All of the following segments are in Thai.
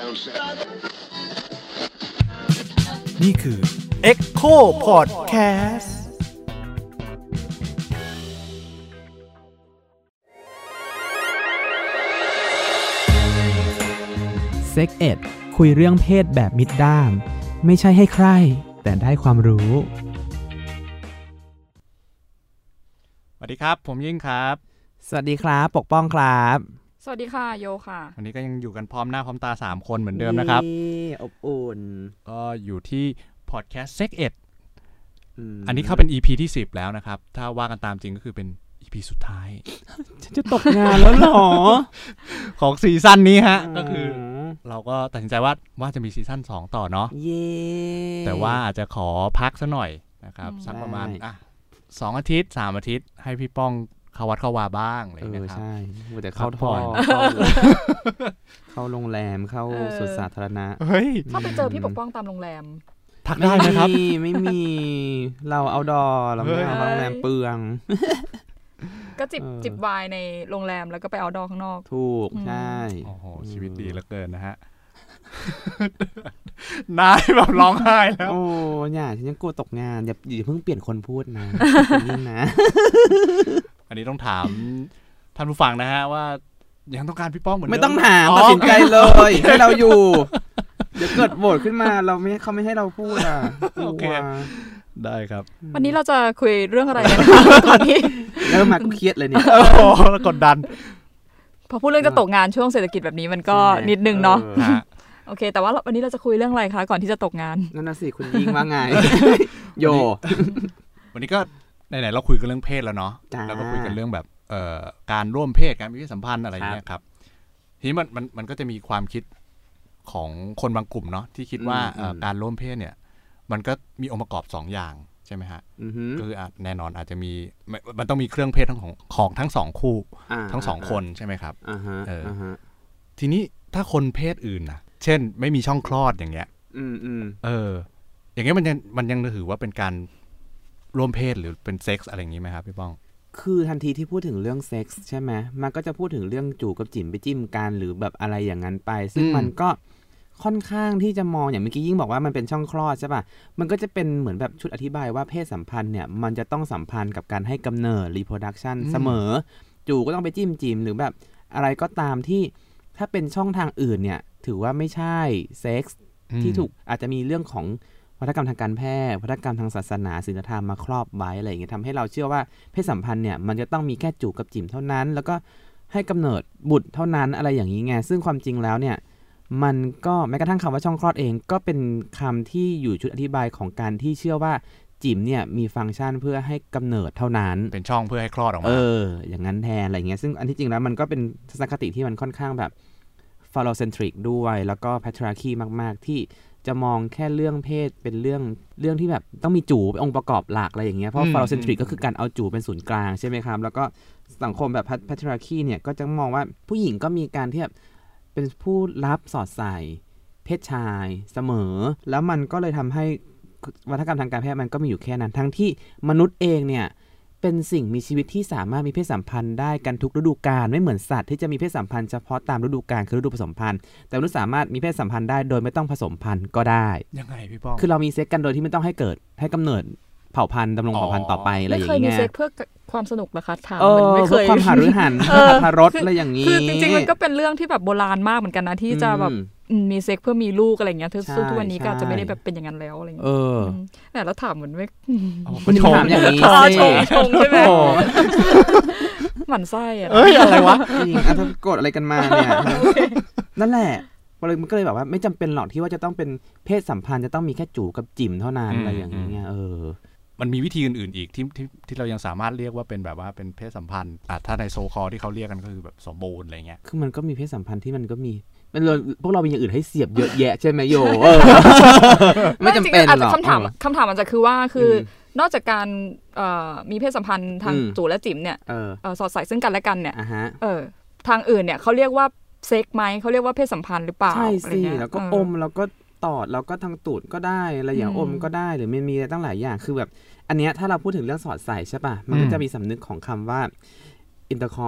นี่คือ Echo Podcast เซ็กเอ็ดคุยเรื่องเพศแบบมิดด้ามไม่ใช่ให้ใครแต่ได้ความรู้สวัสดีครับผมยิ่งครับสวัสดีครับปกป้องครับสวัสดีค่ะโยค่ะวันนี้ก็ยังอยู่กันพร้อมหน้าพร้อมตา3คนเหมือนเดิมนะครับอบอุ่นก็อยู่ที่พอดแคสต์เซ็กเอ็ดอันนี้เข้าเป็น EP ที่10แล้วนะครับถ้าว่ากันตามจริงก็คือเป็น EP สุดท้ายฉันจะตกงานแล้วหรอของซีซั่นนี้ฮะก็คือเราก็ตัดสินใจว่าจะมีซีซั่น2ต่อเนาะแต่ว่าอาจจะขอพักซะหน่อยนะครับสักประมาณ2 อาทิตย์3 อาทิตย์ให้พี่ป้องเข้าวัดเข้าวาบ้างอะไรนะครับใช่แต่เข้าท่อเข้าโรงแรมเข้าสวนสาธารณะถ้าไปเจอพี่ปกป้องตามโรงแรมทักได้ไหมครับไม่มีเราเอาดอเราไม่เอาโรงแรมเปลืองก็จิบไวน์ในโรงแรมแล้วก็ไปเอาดอข้างนอกถูกใช่โอ้โหชีวิตดีเหลือเกินนะฮะนายแบบร้องไห้แล้วโอ้ยฉันยังกลัวตกงานอย่าเพิ่งเปลี่ยนคนพูดนะยิ่งนะอันนี้ต้องถามท่านผู้ฟังนะฮะว่ายังต้องการพี่ป้องเหมือนเดิมไม่ต้องถามตัดสินใจเลยให้เราอยู่เดี๋ยวเกิดโหวตขึ้นมาเขาไม่ให้เราพูดอ่ะโอเคได้ครับวันนี้เราจะคุยเรื่องอะไรกันคะตอนนี้เริ่มมาก็เครียดเลยเนี่ยโอ้แล้วกดดันพอพูดเรื่องจะตกงานช่วงเศรษฐกิจแบบนี้มันก็นิดนึงเนาะโอเคแต่ว่าวันนี้เราจะคุยเรื่องอะไรคะก่อนที่จะตกงานนั่นน่ะสิคุณยิงว่าไงโยวันนี้ก็ไหนๆเราคุยกันเรื่องเพศแล้วเนาะแล้วก็คุยกันเรื่องแบบการร่วมเพศการมีเพศสัมพันธ์อะไรอย่างเงี้ยครับทีนี้มันก็จะมีความคิดของคนบางกลุ่มเนาะที่คิดว่าการร่วมเพศเนี่ยมันก็มีองค์ประกอบ2อย่างใช่ไหมฮะก็คือแน่นอนอาจจะมีมันต้องมีเครื่องเพศของทั้ง2คู่ทั้ง2คนใช่ไหมครับทีนี้ถ้าคนเพศอื่นนะเช่นไม่มีช่องคลอดอย่างเงี้ยอย่างเงี้ยมันยังถือว่าเป็นการร่วมเพศหรือเป็นเซ็กส์อะไรอย่างงี้ไหมครับพี่ป้องคือทันทีที่พูดถึงเรื่องเซ็กส์ใช่ไหมมันก็จะพูดถึงเรื่องจูบกับจิ๋มไปจิ้มกันหรือแบบอะไรอย่างนั้นไปซึ่งมันก็ค่อนข้างที่จะมองอย่างเมื่อกี้ยิ่งบอกว่ามันเป็นช่องคลอดใช่ป่ะมันก็จะเป็นเหมือนแบบชุดอธิบายว่าเพศสัมพันธ์เนี่ยมันจะต้องสัมพันธ์กับการให้กำเนิด reproduction เสมอจูบก็ต้องไปจิ้มจิ๋มหรือแบบอะไรก็ตามที่ถ้าเป็นช่องทางอื่นเนี่ยถือว่าไม่ใช่เซ็กส์ที่ถูกอาจจะมีเรื่องของวัฒนกรรมทางการแพทย์วัฒนกรรมทางศาสนาศีลธรรมมาครอบไว้อะไรอย่างเงี้ยทำให้เราเชื่อว่าเพศสัมพันธ์เนี่ยมันจะต้องมีแค่จูบกับจิ๋มเท่านั้นแล้วก็ให้กำเนิดบุตรเท่านั้นอะไรอย่างนี้ไงซึ่งความจริงแล้วเนี่ยมันก็แม้กระทั่งคำว่าช่องคลอดเองก็เป็นคำที่อยู่ชุดอธิบายของการที่เชื่อว่าจิ๋มเนี่ยมีฟังก์ชันเพื่อให้กำเนิดเท่านั้นเป็นช่องเพื่อให้คลอดออกมาอย่างนั้นแทนอะไรเงี้ยซึ่งอันที่จริงแล้วมันก็เป็นทัศนคติที่มันค่อนข้างแบบ phallocentric ด้วยแล้วก็ patriarchy มากๆที่จะมองแค่เรื่องเพศเป็นเรื่องที่แบบต้องมีจูบเป็นองค์ประกอบหลักอะไรอย่างเงี้ยเพราะ phallocentric ก็คือการเอาจูบเป็นศูนย์กลางใช่ไหมครับแล้วก็สังคมแบบ patriarchy เนี่ยก็จะมองว่าผู้หญิงก็มีการที่แบบเป็นผู้รับสอดใส่เพศชายเสมอแล้วมันก็เลยทำให้วัฒนกรรมทางการแพทย์มันก็มีอยู่แค่นั้นทั้งที่มนุษย์เองเนี่ยเป็นสิ่งมีชีวิตที่สามารถมีเพศสัมพันธ์ได้กันทุกฤดูกาลไม่เหมือนสัตว์ที่จะมีเพศสัมพันธ์เฉพาะตามฤดูกาลคือฤดูผสมพันธุ์แต่มนุษย์สามารถมีเพศสัมพันธ์ได้โดยไม่ต้องผสมพันธุ์ก็ได้ยังไงพี่ป้องคือเรามีเซ็กกันโดยที่ไม่ต้องให้กำเนิดเผ่าพันธุ์ดำรงเผ่าพันธุ์ต่อไปอะไรอย่างเงี้ยไม่เคยมีเซ็กเพื่อความสนุกเหรอคะถามมันไม่เคยความหารือหันทารสอะไรอย่างนี้คือจริงๆมันก็เป็นเรื่องที่แบบโบราณมากเหมือนกันนะที่จะแบบมีเซ็กเพื่อมีลูกอะไรอย่างเงี้ยซึ่งทุกวันนี้ก็จะไม่ได้แบบเป็นอย่างนั้นแล้วอะไรอย่างเงี้ยแต่แล้วถามเหมือนไม่คุณถามอย่างนี้ชงใช่ไหมหมั่นไส้อะอะไรวะจริงถ้าโกรธอะไรกันมาเนี่ยนั่นแหละมันก็เลยแบบว่าไม่จำเป็นหรอกที่ว่าจะต้องเป็นเพศสัมพันธ์จะต้องมีแค่จูบกับจิ๋มเท่านั้นอะไรอย่างเงี้ยมันมีวิธีอื่นๆอีกที่เรายังสามารถเรียกว่าเป็นแบบว่าเป็นเพศสัมพันธ์ถ้าในโซคอลที่เขาเรียกกันก็คือแบบสมบูรณ์อะไรเงี้ยคือมันก็มีเพศสัมพันธ์ที่มันก็มีพวกเรามีอย่างอื่นให้เสียบเยอะแยะใช่ไหมโยไม่จำเป็นหรอกคำถามมันจะคือว่าคือนอกจากการมีเพศสัมพันธ์ทางจู๋และจิ๋มเนี่ยสอดใส่ซึ่งกันและกันเนี่ยทางอื่นเนี่ยเขาเรียกว่าเซ็กไหมเขาเรียกว่าเพศสัมพันธ์หรือเปล่าใช่สิแล้วก็อมแล้วก็ตอดแล้วก็ทางตูดก็ได้อะไรอย่างอมก็ได้หรือมันมีตั้งหลายอย่างคือแบบอันเนี้ยถ้าเราพูดถึงเรื่องสอดใส่ใช่ป่ะมันก็จะมีสำนึกของคำว่า intercourse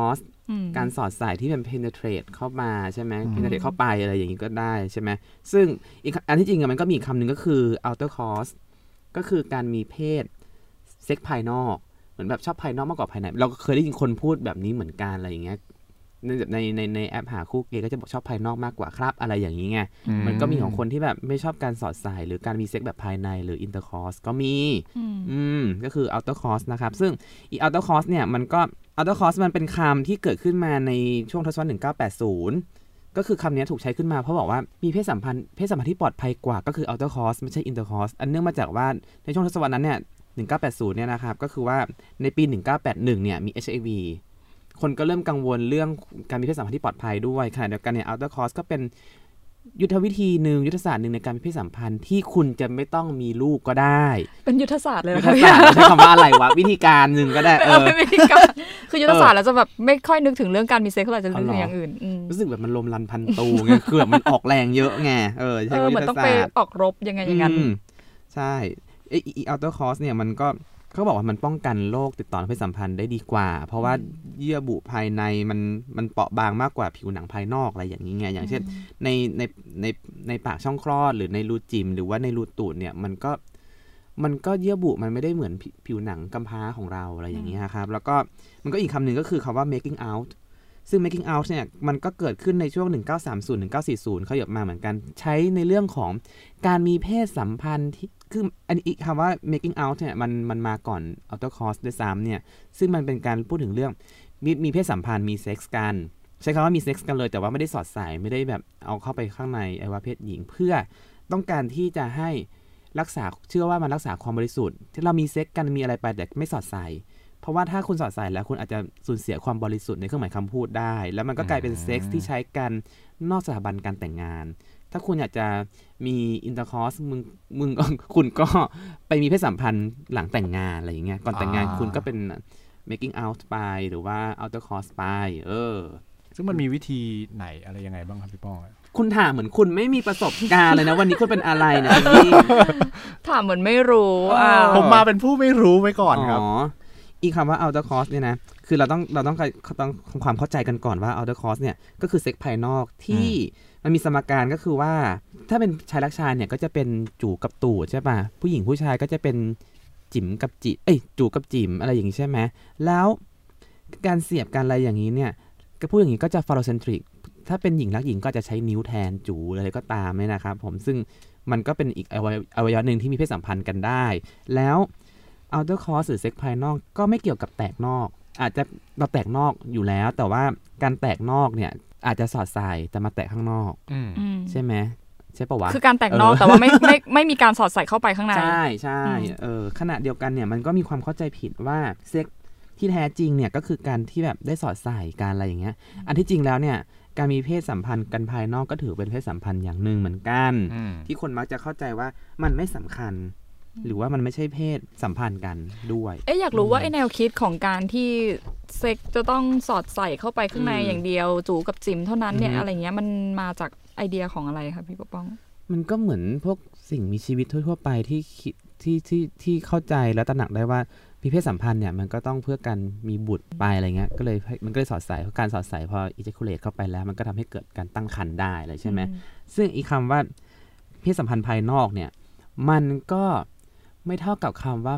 การสอดใส่ที่เป็น penetrate เข้ามาใช่ไหม penetrate เข้าไปอะไรอย่างนี้ก็ได้ใช่ไหมซึ่งอีกอันที่จริงมันก็มีคำหนึ่งก็คือ outer course ก็คือการมีเพศเซ็กภายนอกเหมือนแบบชอบภายนอกมากกว่าภายในเราเคยได้ยินคนพูดแบบนี้เหมือนกันอะไรอย่างเงี้ยในแอปหาคู่เกย์ก็จะบอกชอบภายนอกมากกว่าครับอะไรอย่างนี้ไงมันก็มีของคนที่แบบไม่ชอบการสอดใส่หรือการมีเซ็กแบบภายในหรือ intercourse ก็มีก็คือ outer course นะครับซึ่งอี outer course เนี่ยมันก็ outer course มันเป็นคำที่เกิดขึ้นมาในช่วงทศวรรษ1980ก็คือคำนี้ถูกใช้ขึ้นมาเพราะบอกว่ามีเพศสัมพันธ์ที่ปลอดภัยกว่าก็คือ outer course ไม่ใช่ intercourse อันเนื่องมาจากว่าในช่วงทศวรรษนั้นเนี่ย1980เนี่ยนะครับก็คือว่าในปี1981เนี่ยมี HIV คนก็เริ่มกังวลเรื่องการมีเพศสัมพันธ์ที่ปลอดภัยด้วยขณะเดียวกันเนี่ย outer course ก็เป็นยุทธวิธีหนึ่งยุทธศาสตร์หนึ่งในการมีเพศสัมพันธ์ที่คุณจะไม่ต้องมีลูกก็ได้เป็นยุทธศาสตร์เลยนะยุทธศาสตร์ใช้คำว่าอะไรวะวิธีการหนึ่งก็ได้วิธีการคือยุทธศาสตร์แล้วจะแบบไม่ค่อยนึกถึงเรื่องการมีเซ็กซ์เท่าไหร่จะนึกถึงอย่างอื่นรู้สึกแบบมันลมรันพันตูไงคือแบบมันออกแรงเยอะไงใช่เหมือนต้องไปออกรบยังไงอย่างนั้นใช่outer course เนี่ยมันก็เขาบอกว่ามันป้องกันโรคติดต่อทางเพศสัมพันธ์ได้ดีกว่าเพราะว่าเยื่อบุภายในมันเปราะบางมากกว่าผิวหนังภายนอกอะไรอย่างนี้ไงอย่างเช่นในปากช่องคลอดหรือในรูจิมหรือว่าในรูตูดเนี่ยมันก็เยื่อบุมันไม่ได้เหมือนผิวหนังกำพร้าของเราอะไรอย่างนี้ครับแล้วก็มันก็อีกคำหนึ่งก็คือคำว่า making out ซึ่ง making out เนี่ยมันก็เกิดขึ้นในช่วง1930-1940เขาหยบมาเหมือนกันใช้ในเรื่องของการมีเพศสัมพันธ์ที่คืออันนี้คำว่า making out เนี่ยมันมาก่อน outer course ด้วยซ้ำเนี่ยซึ่งมันเป็นการพูดถึงเรื่องมีเพศสัมพันธ์มีเซ็กส์กันใช้คำว่ามีเซ็กส์กันเลยแต่ว่าไม่ได้สอดใส่ไม่ได้แบบเอาเข้าไปข้างในอวัยวะเพศหญิงเพื่อต้องการที่จะให้รักษาเชื่อว่ามันรักษาความบริสุทธิ์ที่เรามีเซ็กส์กันมีอะไรไปแต่ไม่สอดใส่เพราะว่าถ้าคุณสอดใส่แล้วคุณอาจจะสูญเสียความบริสุทธิ์ในเครื่องหมายคำพูดได้แล้วมันก็กลายเป็นเซ็กส์ที่ใช้กันนอกสถาบันการแต่งงานถ้าคุณอยากจะมีอินเตอร์คอร์สคุณก็ไปมีเพศสัมพันธ์หลังแต่งงานอะไรอย่างเงี้ยก่อนแต่งงานคุณก็เป็น making out ไปหรือว่า outer course ไปซึ่งมันมีวิธีไหนอะไรยังไงบ้างครับพี่ป้องคุณถามเหมือนคุณไม่มีประสบการณ์เลยนะวันนี้คุณเป็นอะไรนะพี่ถามเหมือนไม่รู้ผมมาเป็นผู้ไม่รู้ไว้ก่อนครับอีกคำว่า outer course เนี่ยนะคือเราต้องความเข้าใจกันก่อนว่า outer course เนี่ยก็คือเซ็กภายนอกที่มันมีสมการก็คือว่าถ้าเป็นชายรักชายเนี่ยก็จะเป็นจูกับตูดใช่ป่ะผู้หญิงผู้ชายก็จะเป็นจิ๋มกับจูกับจิ๋มอะไรอย่างนี้ใช่ไหมแล้วการเสียบกันอะไรอย่างนี้เนี่ยก็พูดอย่างนี้ก็จะ phallocentric ถ้าเป็นหญิงรักหญิงก็จะใช้นิ้วแทนจูอะไรก็ตามเนี่ยนะครับผมซึ่งมันก็เป็นอีกอวัยวะหนึ่งที่มีเพศสัมพันธ์กันได้แล้ว outer course หรือเซ็กภายนอกก็ไม่เกี่ยวกับแตกนอกอาจจะเราแตกนอกอยู่แล้วแต่ว่าการแตกนอกเนี่ยอาจจะสอดใส่แต่มาแตะข้างนอกใช่ไหมใช่ปะวะคือการแตกนอกแต่ว่าไม่มีการสอดใส่เข้าไปข้างในใช่ขณะเดียวกันเนี่ยมันก็มีความเข้าใจผิดว่าเซ็กที่แท้จริงเนี่ยก็คือการที่แบบได้สอดใส่การอะไรอย่างเงี้ยอันที่จริงแล้วเนี่ยการมีเพศสัมพันธ์กันภายนอกก็ถือเป็นเพศสัมพันธ์อย่างหนึ่งเหมือนกันที่คนมักจะเข้าใจว่ามันไม่สำคัญหรือว่ามันไม่ใช่เพศสัมพันธ์กันด้วยอยากรู้ว่าไอ้แนวคิดของการที่เซ็กจะต้องสอดใส่เข้าไปข้างในอย่างเดียวจูกับจิ๋มเท่านั้นเนี่ยอะไรเงี้ยมันมาจากไอเดียของอะไรคะพี่ปกป้องมันก็เหมือนพวกสิ่งมีชีวิตทั่วๆไปที่เข้าใจและตระหนักได้ว่ามีเพศสัมพันธ์เนี่ยมันก็ต้องเพื่อการมีบุตรไปอะไรเงี้ยก็เลยมันก็เลยสอดใส่การสอดใส่พออิเจคูเลตเข้าไปแล้วมันก็ทำให้เกิดการตั้งครรภ์ได้เลยใช่ไหมซึ่งอีกคำว่าเพศสัมพันธ์ภายนอกเนี่ยมันก็ไม่เท่ากับคำว่า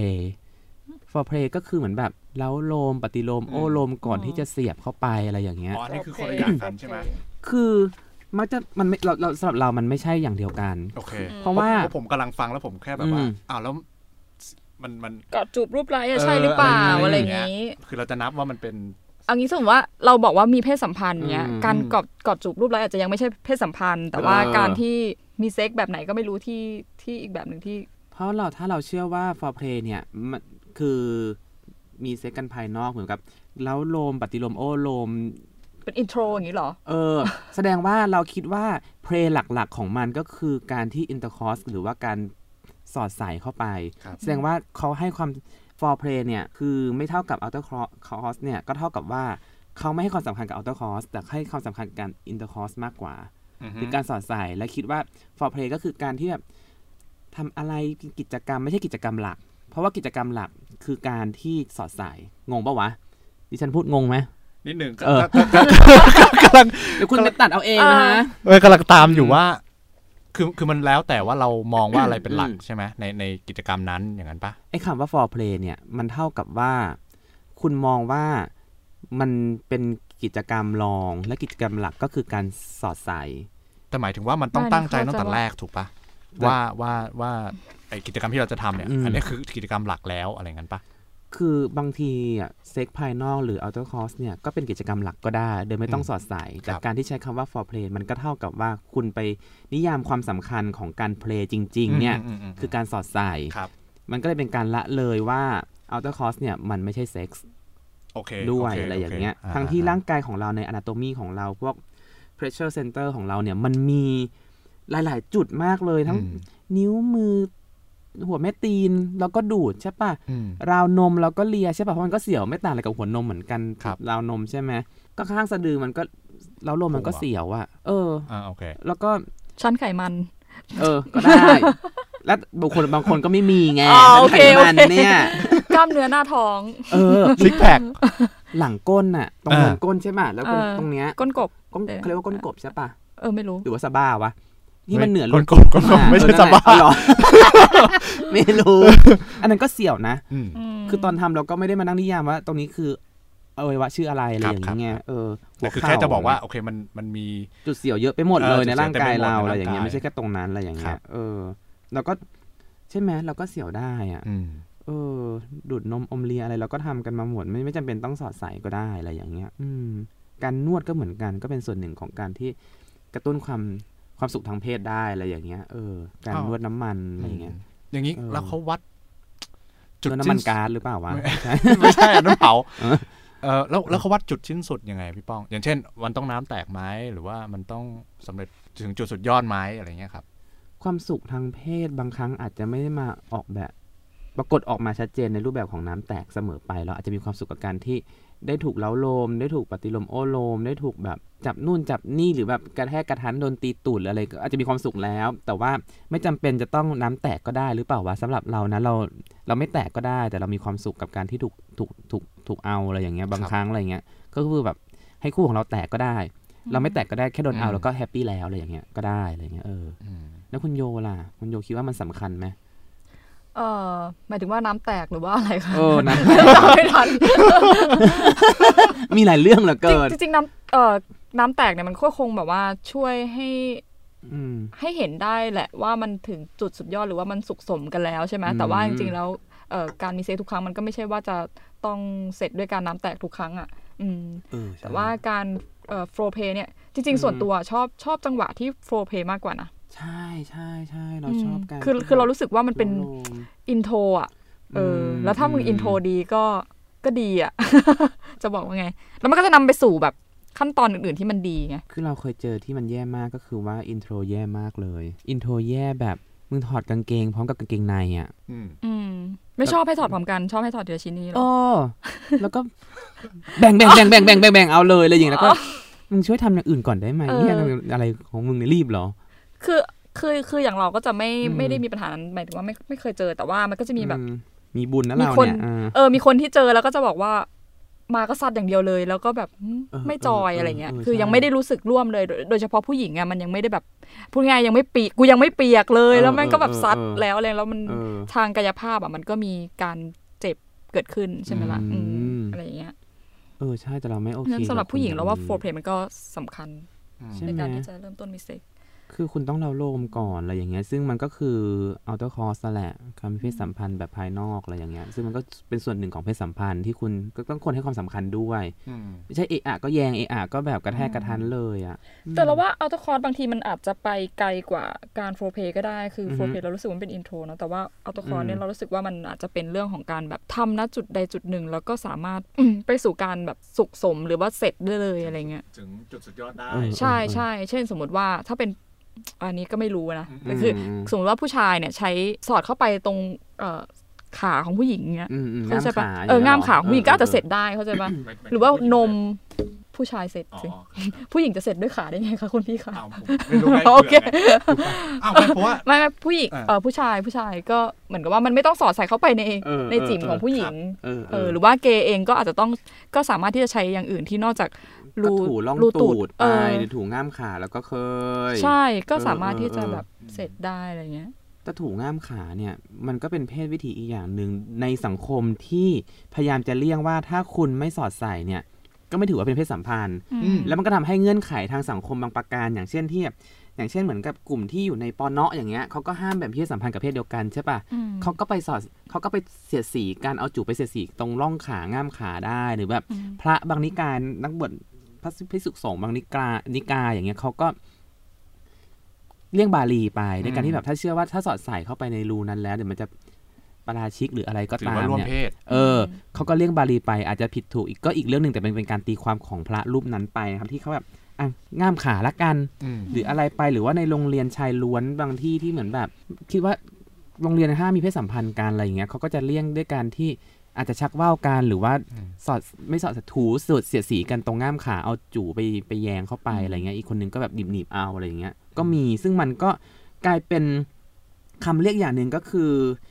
foreplay ก็คือเหมือนแบบเล้าโลมปฏิโลมโอ้โลมก่อนที่จะเสียบเข้าไปอะไรอย่างเงี้ยนี่คือคนละอย่างกันใช่ไหมคือมักจะมันไม่เราสำหรับเรามันไม่ใช่อย่างเดียวกันโอเคเพราะว่าผมกำลังฟังแล้วผมแค่แบบว่าแล้วมันกอดจูบรูปไร้ใช่หรือเปล่าอะไรอย่างงี้คือเราจะนับว่ามันเป็นเอางี้สมมติว่าเราบอกว่ามีเพศสัมพันธ์เนี้ยการกอดจูบรูปไร้อาจจะยังไม่ใช่เพศสัมพันธ์แต่ว่าการที่มีเซ็กแบบไหนก็ไม่รู้ที่อีกแบบนึงที่เพราะถ้าเราเชื่อว่า foreplay เนี่ยคือมีเซ็กกันภายนอกเหมือนกับแล้วโลมปฏิโลมโอ้โลมเป็นอินโทรอย่างนี้เหรอแสดงว่าเราคิดว่าเพลย์หลักๆของมันก็คือการที่อินเตอร์คอร์สหรือว่าการสอดใส่เข้าไปแสดงว่าเขาให้ความ foreplay เนี่ยคือไม่เท่ากับ outer course เนี่ยก็เท่ากับว่าเขาไม่ให้ความสำคัญกับ outer course แต่ให้ความสำคัญกับการ intercourse มากกว่าคือการสอดใส่และคิดว่า foreplay ก็คือการที่แบบทำอะไรกิจกรรมไม่ใช่กิจกรรมหลักเพราะว่ากิจกรรมหลักคือการที่สอดใส่งงปะวะดิฉันพูดงงไหมนิดนึงกำลังเดี๋ยวคุณไปตัดเอาเองนะกำลังตามอยู่ว่าคือมันแล้วแต่ว่าเรามองว่าอะไรเป็นหลักใช่ไหมในกิจกรรมนั้นอย่างนั้นปะไอ้คำว่า foreplay เนี่ยมันเท่ากับว่าคุณมองว่ามันเป็นกิจกรรมรองและกิจกรรมหลักก็คือการสอดใส่แต่หมายถึงว่ามันต้องตั้งใจตั้งแต่แรกถูกปะว่าไอ้กิจกรรมที่เราจะทำเนี่ยอันนี้คือกิจกรรมหลักแล้วอะไรงั้นปะคือบางทีอ่ะเซ็กภายนอกหรือ outer course เนี่ยก็เป็นกิจกรรมหลักก็ได้โดยไม่ต้องสอดใส่แต่การที่ใช้คำว่า foreplay มันก็เท่ากับว่าคุณไปนิยามความสำคัญของการ play จริงๆเนี่ยคือการสอดใส่มันก็เลยเป็นการละเลยว่า outer course เนี่ยมันไม่ใช่เซ็กส์ด้วยอะไรอย่างเงี้ยทั้งที่ร่างกายของเราใน anatomy ของเราพวก pressure center ของเราเนี่ยมันมีหลายๆจุดมากเลยทั้งนิ้วมือหัวแม่ตีนแล้วก็ดูดใช่ป่ะราวนมแล้วก็เลียใช่ป่ะเพราะมันก็เสียวไม่ต่างอะไรกับหัวนมเหมือนกันราวนมใช่ไหมก็ข้างสะดือมันก็แล้วลมมันก็เสียวอ่ะโอเคแล้วก็ชั้นไขมันก็ได้แล้วบางคนก็ไม่มีไงไขมันเนี่ยกล้ามเนื้อหน้าท้องซิกแพคหลังก้นน่ะตรงก้นใช่ป่ะแล้วตรงเนี้ยก้นกบเขาเรียกว่าก้นกบใช่ป่ะไม่รู้หรือว่าสะบ้าวะที่มันเหนือก้นกบไม่ใช่สะบ้าหรอไม่รู้อันนั้นก็เสี่ยวนะคือตอนทำเราก็ไม่ได้มานั่งนิยามว่าตรงนี้คืออวัยวะชื่ออะไรอะไรอย่างเงี้ยคือแค่จะบอกว่าโอเคมันมีจุดเสี่ยวเยอะไปหมดเลยในร่างกายเราอะไรอย่างเงี้ยไม่ใช่แค่ตรงนั้นอะไรอย่างเงี้ยเราก็ใช่ไหมเราก็เสี่ยวได้อ่ะดูดนมอมเลียอะไรเราก็ทำกันมาหมดไม่จำเป็นต้องสอดใส่ก็ได้อะไรอย่างเงี้ยการนวดก็เหมือนกันก็เป็นส่วนหนึ่งของการที่กระตุ้นความสุขทางเพศได้อะไรอย่างเงี้ยการนวดน้ำมันอะไรอย่างเงี้ยอย่างนี้แล้วเขาวัดจุดน้ำมันก๊าซหรือเปล่าวะไม่ใช่น้ำเผาแล้วเขาวัดจุดชิ้นสุดยังไงพี่ป้องอย่างเช่นมันต้องน้ำแตกไหมหรือว่ามันต้องสำเร็จถึงจุดสุดยอดไหมอะไรเงี้ยครับความสุขทางเพศบางครั้งอาจจะไม่ได้มาออกแบบปรากฏออกมาชัดเจนในรูปแบบของน้ำแตกเสมอไปแล้วอาจจะมีความสุขกับการที่ได้ถูกเล้าโลมได้ถูกปฏิโลมโอโลมได้ถูกแบบจับนู่นจับนี่หรือแบบกระแทกกระทันโดนตีตูดอะไรก็อาจจะมีความสุขแล้วแต่ว่าไม่จำเป็นจะต้องน้ำแตกก็ได้หรือเปล่าวะสำหรับเรานะเราไม่แตกก็ได้แต่เรามีความสุขกับการที่ถูกเอาอะไรอย่างเงี้ยบางครั้งอะไรเงี้ยก็คือแบบให้คู่ของเราแตกก็ได้เราไม่แตกก็ได้แค่โดนเอาแล้วก็แฮปปี้แล้วอะไรอย่างเงี้ยก็ได้อะไรเงี้ยแล้วคุณโยล่ะคุณโยคิดว่ามันสำคัญไหมหมายถึงว่าน้ำแตกหรือว่าอะไรคะน้ำแตกไม่ทันมีหลายเรื่องเหลือเกินจริงๆน้ำแตกเนี่ยมันก็คงแบบว่าช่วยให้เห็นได้แหละว่ามันถึงจุดสุดยอดหรือว่ามันสุขสมกันแล้วใช่ไหมแต่ว่าจริงๆแล้วการมีเซ็กทุกครั้งมันก็ไม่ใช่ว่าจะต้องเสร็จด้วยการน้ำแตกทุกครั้งอ่ะแต่ว่าการโฟร์เพย์เนี่ยจริงๆส่วนตัวชอบจังหวะที่โฟร์เพย์มากกว่านะใช่ใช่ใช่เราชอบกันคือเรารู้สึกว่ามันเป็นอินโทรอ่ะแล้วถ้ามึงอินโทรดีก็ดีอ่ะ จะบอกว่าไงแล้วมันก็จะนำไปสู่แบบขั้นตอนอื่นๆที่มันดีไงคือเราเคยเจอที่มันแย่มากก็คือว่าอินโทรแย่มากเลยอินโทรแย่แบบมึงถอดกางเกงพร้อมกับกางเกงในอ่ะไม่ชอบให้ถอดพร้อมกันชอบให้ถอดทีละชิ้นนี้หรอแล้วก็แบ่งเอาเลยอะไรอย่างเงี้ยแล้วก็มึงช่วยทำอย่างอื่นก่อนได้ไหมเนี่ยอะไรของมึงเนี่ยรีบเหรอคืออย่างเราก็จะไม่ได้มีปัญหานั้นหมายถึงว่าไม่เคยเจอแต่ว่ามันก็จะมีแบบมีบุญนะเราเนี่ยมีคนที่เจอแล้วก็จะบอกว่ามาก็ซัดอย่างเดียวเลยแล้วก็แบบไม่จอยอะไรเงี้ยคือยังไม่ได้รู้สึกร่วมเลยโดยเฉพาะผู้หญิงอ่ะมันยังไม่ได้แบบพูดง่ายยังไม่ปีกกูยังไม่เปียกเลยแล้วมันก็แบบซัดแล้วอะไรแล้วมันทางกายภาพอ่ะมันก็มีการเจ็บเกิดขึ้นใช่ไหมล่ะอะไรอย่างเงี้ยใช่แต่เราไม่โอเคสำหรับผู้หญิงแล้วว่าโฟร์เพลย์มันก็สำคัญในการที่จะเริ่มต้นมีเซ็กคือคุณต้องเล้าโลมก่อนอะไรอย่างเงี้ยซึ่งมันก็คือ outer course นั่นแหละการมีเพศสัมพันธ์แบบภายนอกอะไรอย่างเงี้ยซึ่งมันก็เป็นส่วนหนึ่งของเพศสัมพันธ์ที่คุณก็ต้องควรให้ความสำคัญด้วยไม่ใช่ก็แยงก็แบบกระแทกกระทันเลยอ่ะแต่เราว่า outer course บางทีมันอาจจะไปไกลกว่าการ foreplay ก็ได้คือ foreplay เรารู้สึกว่าเป็น intro เนาะแต่ว่า outer course เนี่ยเรารู้สึกว่ามันอาจจะเป็นเรื่องของการแบบทำณจุดใดจุดหนึ่งแล้วก็สามารถไปสู่การแบบสุขสมหรือว่าเสร็จได้เลยอะไรเงี้ยถึงจุดสุดยอดได้ใช่ใช่เช่นสมมติว่าถ้าเป็นอันนี้ก็ไม่รู้นะคือสมมติว่าผู้ชายเนี่ยใช้สอดเข้าไปตรงขาของผู้หญิงเงี้ยเข้าใจปะง่ามขาของผู้หญิงก็อาจจะเสร็จได้เข้าใจปะหรือว่านมผู้ชายเสร็จผู้หญิงจะเสร็จด้วยขาได้ไงคะคุณพี่คะไม่รู้ไงโอเคเพราะว่าไม่ผู้หญิงผู้ชายก็เหมือนกับว่ามันไม่ต้องสอดใส่เข้าไปในจิ๋มของผู้หญิงหรือว่าเกย์เองก็อาจจะต้องก็สามารถที่จะใช้อย่างอื่นที่นอกจากถูล่องตูดไปหรือถูง่ามขาแล้วก็เคยใช่ก็สามารถที่จะแบบเสร็จได้อะไรเงี้ยแต่ถูง่ามขาเนี่ยมันก็เป็นเพศวิถีอีกอย่างนึงในสังคมที่พยายามจะเลี่ยงว่าถ้าคุณไม่สอดใส่เนี่ยก็ไม่ถือว่าเป็นเพศสัมพันธ์แล้วมันก็ทำให้เงื่อนไขทางสังคมบางประการอย่างเช่นเหมือนกับกลุ่มที่อยู่ในปน.อย่างเงี้ยเขาก็ห้ามแบบเพศสัมพันธ์กับเพศเดียวกันใช่ป่ะเขาก็ไปเสียดสีการเอาจูบไปเสียดสีตรงร่องขาง่ามขาได้หรือแบบพระบางนิกายนักบวชพระภิกษุสงฆ์บางนิกายอย่างเงี้ยเขาก็เลี่ยงบาลีไปในการที่แบบถ้าเชื่อว่าถ้าสอดใส่เข้าไปในรูนั้นแล้วเดี๋ยวมันจะปาราชิกหรืออะไรก็ตามเนี่ยเขาก็เลี่ยงบาลีไปอาจจะผิดถูกอีกเรื่องนึงแต่เป็นการตีความของพระรูปนั้นไปนะครับที่เขาแบบง่ามขาละกันหรืออะไรไปหรือว่าในโรงเรียนชายล้วนบางที่ที่เหมือนแบบคิดว่าโรงเรียนห้ามมีเพศสัมพันธ์กันอะไรอย่างเงี้ยเขาก็จะเลี่ยงด้วยการที่อาจจะชักว่าวกันหรือว่าไม่สอดถูสูดเสียดสีกันตรงง่ามขาเอาจู่ไปแยงเข้าไปอะไรเงี้ยอีกคนนึงก็แบบหนีบเอาอะไรเงี้ยก็มีซึ่งมันก็กลายเป็นคำเรียกอย่างนึงก็คือ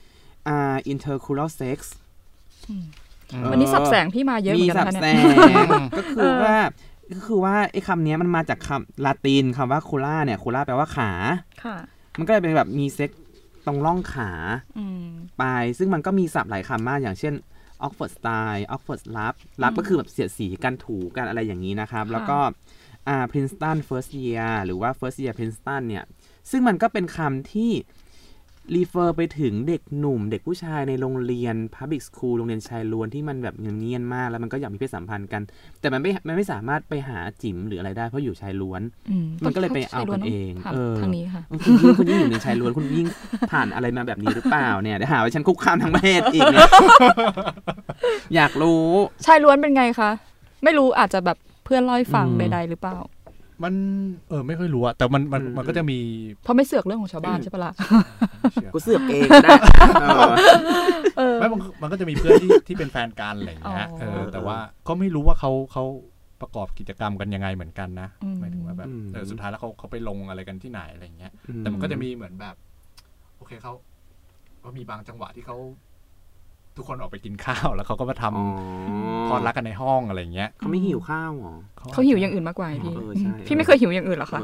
intercultural sex วันนี้สับแสงพี่มาเยอะเหมือนกันนะเนี่ยก็คือว่าไอ้คำนี้มันมาจากคำลาตินคำว่าคูล่าเนี่ยคูล่าแปลว่าขามันก็เลยเป็นแบบมีเซ็กตรงร่องขาไปซึ่งมันก็มีศัพท์หลายคำมากอย่างเช่น Oxford style Oxford lap ก็คือแบบเสียดสีกันถูกันอะไรอย่างนี้นะครับแล้วก็Princeton first year หรือว่า first year Princeton เนี่ยซึ่งมันก็เป็นคำที่รีเฟอร์ไปถึงเด็กหนุ่มเด็กผู้ชายในโรงเรียน Public School โรงเรียนชายล้วนที่มันแบบเงียบๆมากแล้วมันก็อยากมีเพศสัมพันธ์กันแต่มันไม่สามารถไปหาจิ๋มหรืออะไรได้เพราะอยู่ชายล้วนมันก็เลยไปเอากันเองทางนี้ค่ะคุณยิ่งอยู่ในชายล้วนคุณยิ่งผ่านอะไรมาแบบนี้หรือเปล่าเนี่ยเดี๋ยวหาว่าฉันคุกคามทางเพศอีกเนี่ยอยากรู้ชายล้วนเป็นไงคะไม่รู้อาจจะแบบเพื่อนเล่าให้ฟังใดๆหรือเปล่ามันไม่ค่อยรู้อะแต่มันก็จะมีเพราะไม่เสือกเรื่องของชาวบ้านใช่ปะล่ะกูเสือกเองได้ไม่มันก็จะมีเพื่อนที่เป็นแฟนกันอะไรอย่างเงี้ยแต่ว่าก็ไม่รู้ว่าเขาประกอบกิจกรรมกันยังไงเหมือนกันนะหมายถึงว่าแบบสุดท้ายแล้วเขาไปลงอะไรกันที่ไหนอะไรอย่างเงี้ยแต่มันก็จะมีเหมือนแบบโอเคเขาก็มีบางจังหวะที่เขาทุกคนออกไปกินข้าวแล้วเขาก็มาทำพอดรักกันในห้องอะไรอย่างเงี้ยเขาไม่หิวข้าวหรอเขาหิวอย่างอื่นมากกว่าพี่ไม่เคยหิวอย่างอื่นหรอคะ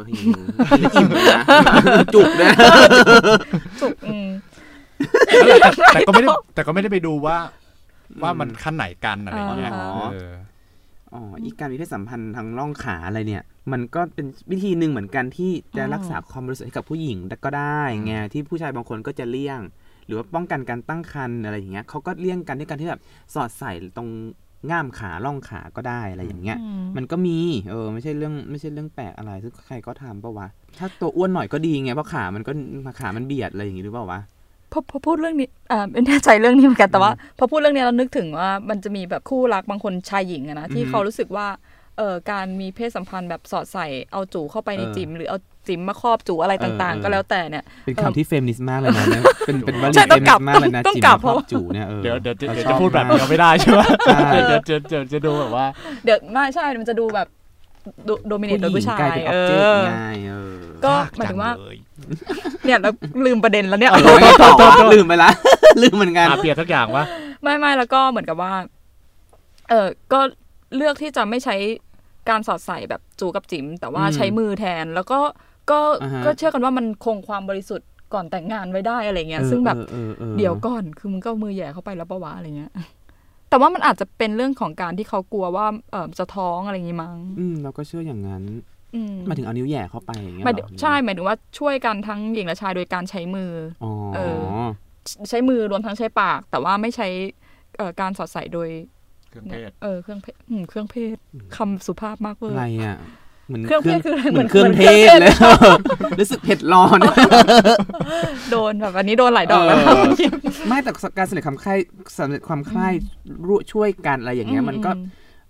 จุกนะจุกแต่ก็ไม่ได้ไปดูว่ามันขั้นไหนกันอะไรอย่างเงี้ยอีกการมีเพศสัมพันธ์ทางร่องขาอะไรเนี่ยมันก็เป็นวิธีหนึ่งเหมือนกันที่จะรักษาความบริสุทธิ์ให้กับผู้หญิงก็ได้ไงที่ผู้ชายบางคนก็จะเลี่ยงหรือว่าป้องกันการตั้งครรภ์อะไรอย่างเงี้ยเขาก็เลี่ยงกันด้วยการที่แบบสอดใส่ตรงง่ามขาร่องขาก็ได้อะไรอย่างเงี้ยมันก็มีไม่ใช่เรื่องแปลกอะไรซึ่งใครก็ทำปะวะถ้าตัวอ้วนหน่อยก็ดีไงเพราะขามันเบียดอะไรอย่างงี้หรือเปล่าวะพอพูดเรื่องนี้ไม่แน่ใจเรื่องนี้เหมือนกันแต่ว่าพอพูดเรื่องนี้เรานึกถึงว่ามันจะมีแบบคู่รักบางคนชายหญิงอะนะที่เขารู้สึกว่าการมีเพศสัมพันธ์แบบสอดใส่เอาจูเข้าไปในจิ๋มหรือเอาจิ๋มมาครอบจูอะไรต่างๆก็แล้วแต่เนี่ยเป็นคำที่เฟมินิสต์มากเลยนะเป็นวลีเฟมินิสต์มากเลยนะจิ๋มมาครอบจูเนี่ยเดี๋ยวจะพูดแบบนี้ไม่ได้ใช่ไหมเดี๋ยวจะดูแบบว่าเดี๋ยวไม่ใช่มันจะดูแบบโดมิเนตโดยผู้ชายก็หมายถึงว่าเนี่ยเราลืมประเด็นแล้วเนี่ยลืมไปละลืมเหมือนกันเปลี่ยนทุกอย่างวะไม่แล้วก็เหมือนกับว่าก็เลือกที่จะไม่ใช้การสอดใส่แบบจูกับจิ๋มแต่ว่าใช้มือแทนแล้วก็เชื่อกันว่ามันคงความบริสุทธิ์ก่อนแต่งงานไว้ได้อะไรเงี้ยซึ่งแบบเดี๋ยวก่อนคือมึงก็มือแย่เข้าไปแล้วปะวะอะไรเงี้ยแต่ว่ามันอาจจะเป็นเรื่องของการที่เขากลัวว่าจะท้องอะไรอย่างงี้มั้งเราก็เชื่ออย่างนั้นมาถึงเอานิ้วแย่เข้าไปอย่างเงี้ยใช่หมายถึงว่าช่วยกันทั้งหญิงและชายโดยการใช้มือใช้มือรวมทั้งใช้ปากแต่ว่าไม่ใช้การสอดใส่โดยเครื่องเพศเครื่องเพศคำสุภาพมากเลยอะไรอ่ะเหมือนเครื่องเพศคืออะไรเหมือนเครื่องเทศเลยรู้สึกเผ็ดร้อนโดนแบบอันนี้โดนหลายดอกแล้วไม่แต่การสำเร็จความใคร่ช่วยกันอะไรอย่างเงี้ยมันก็โอ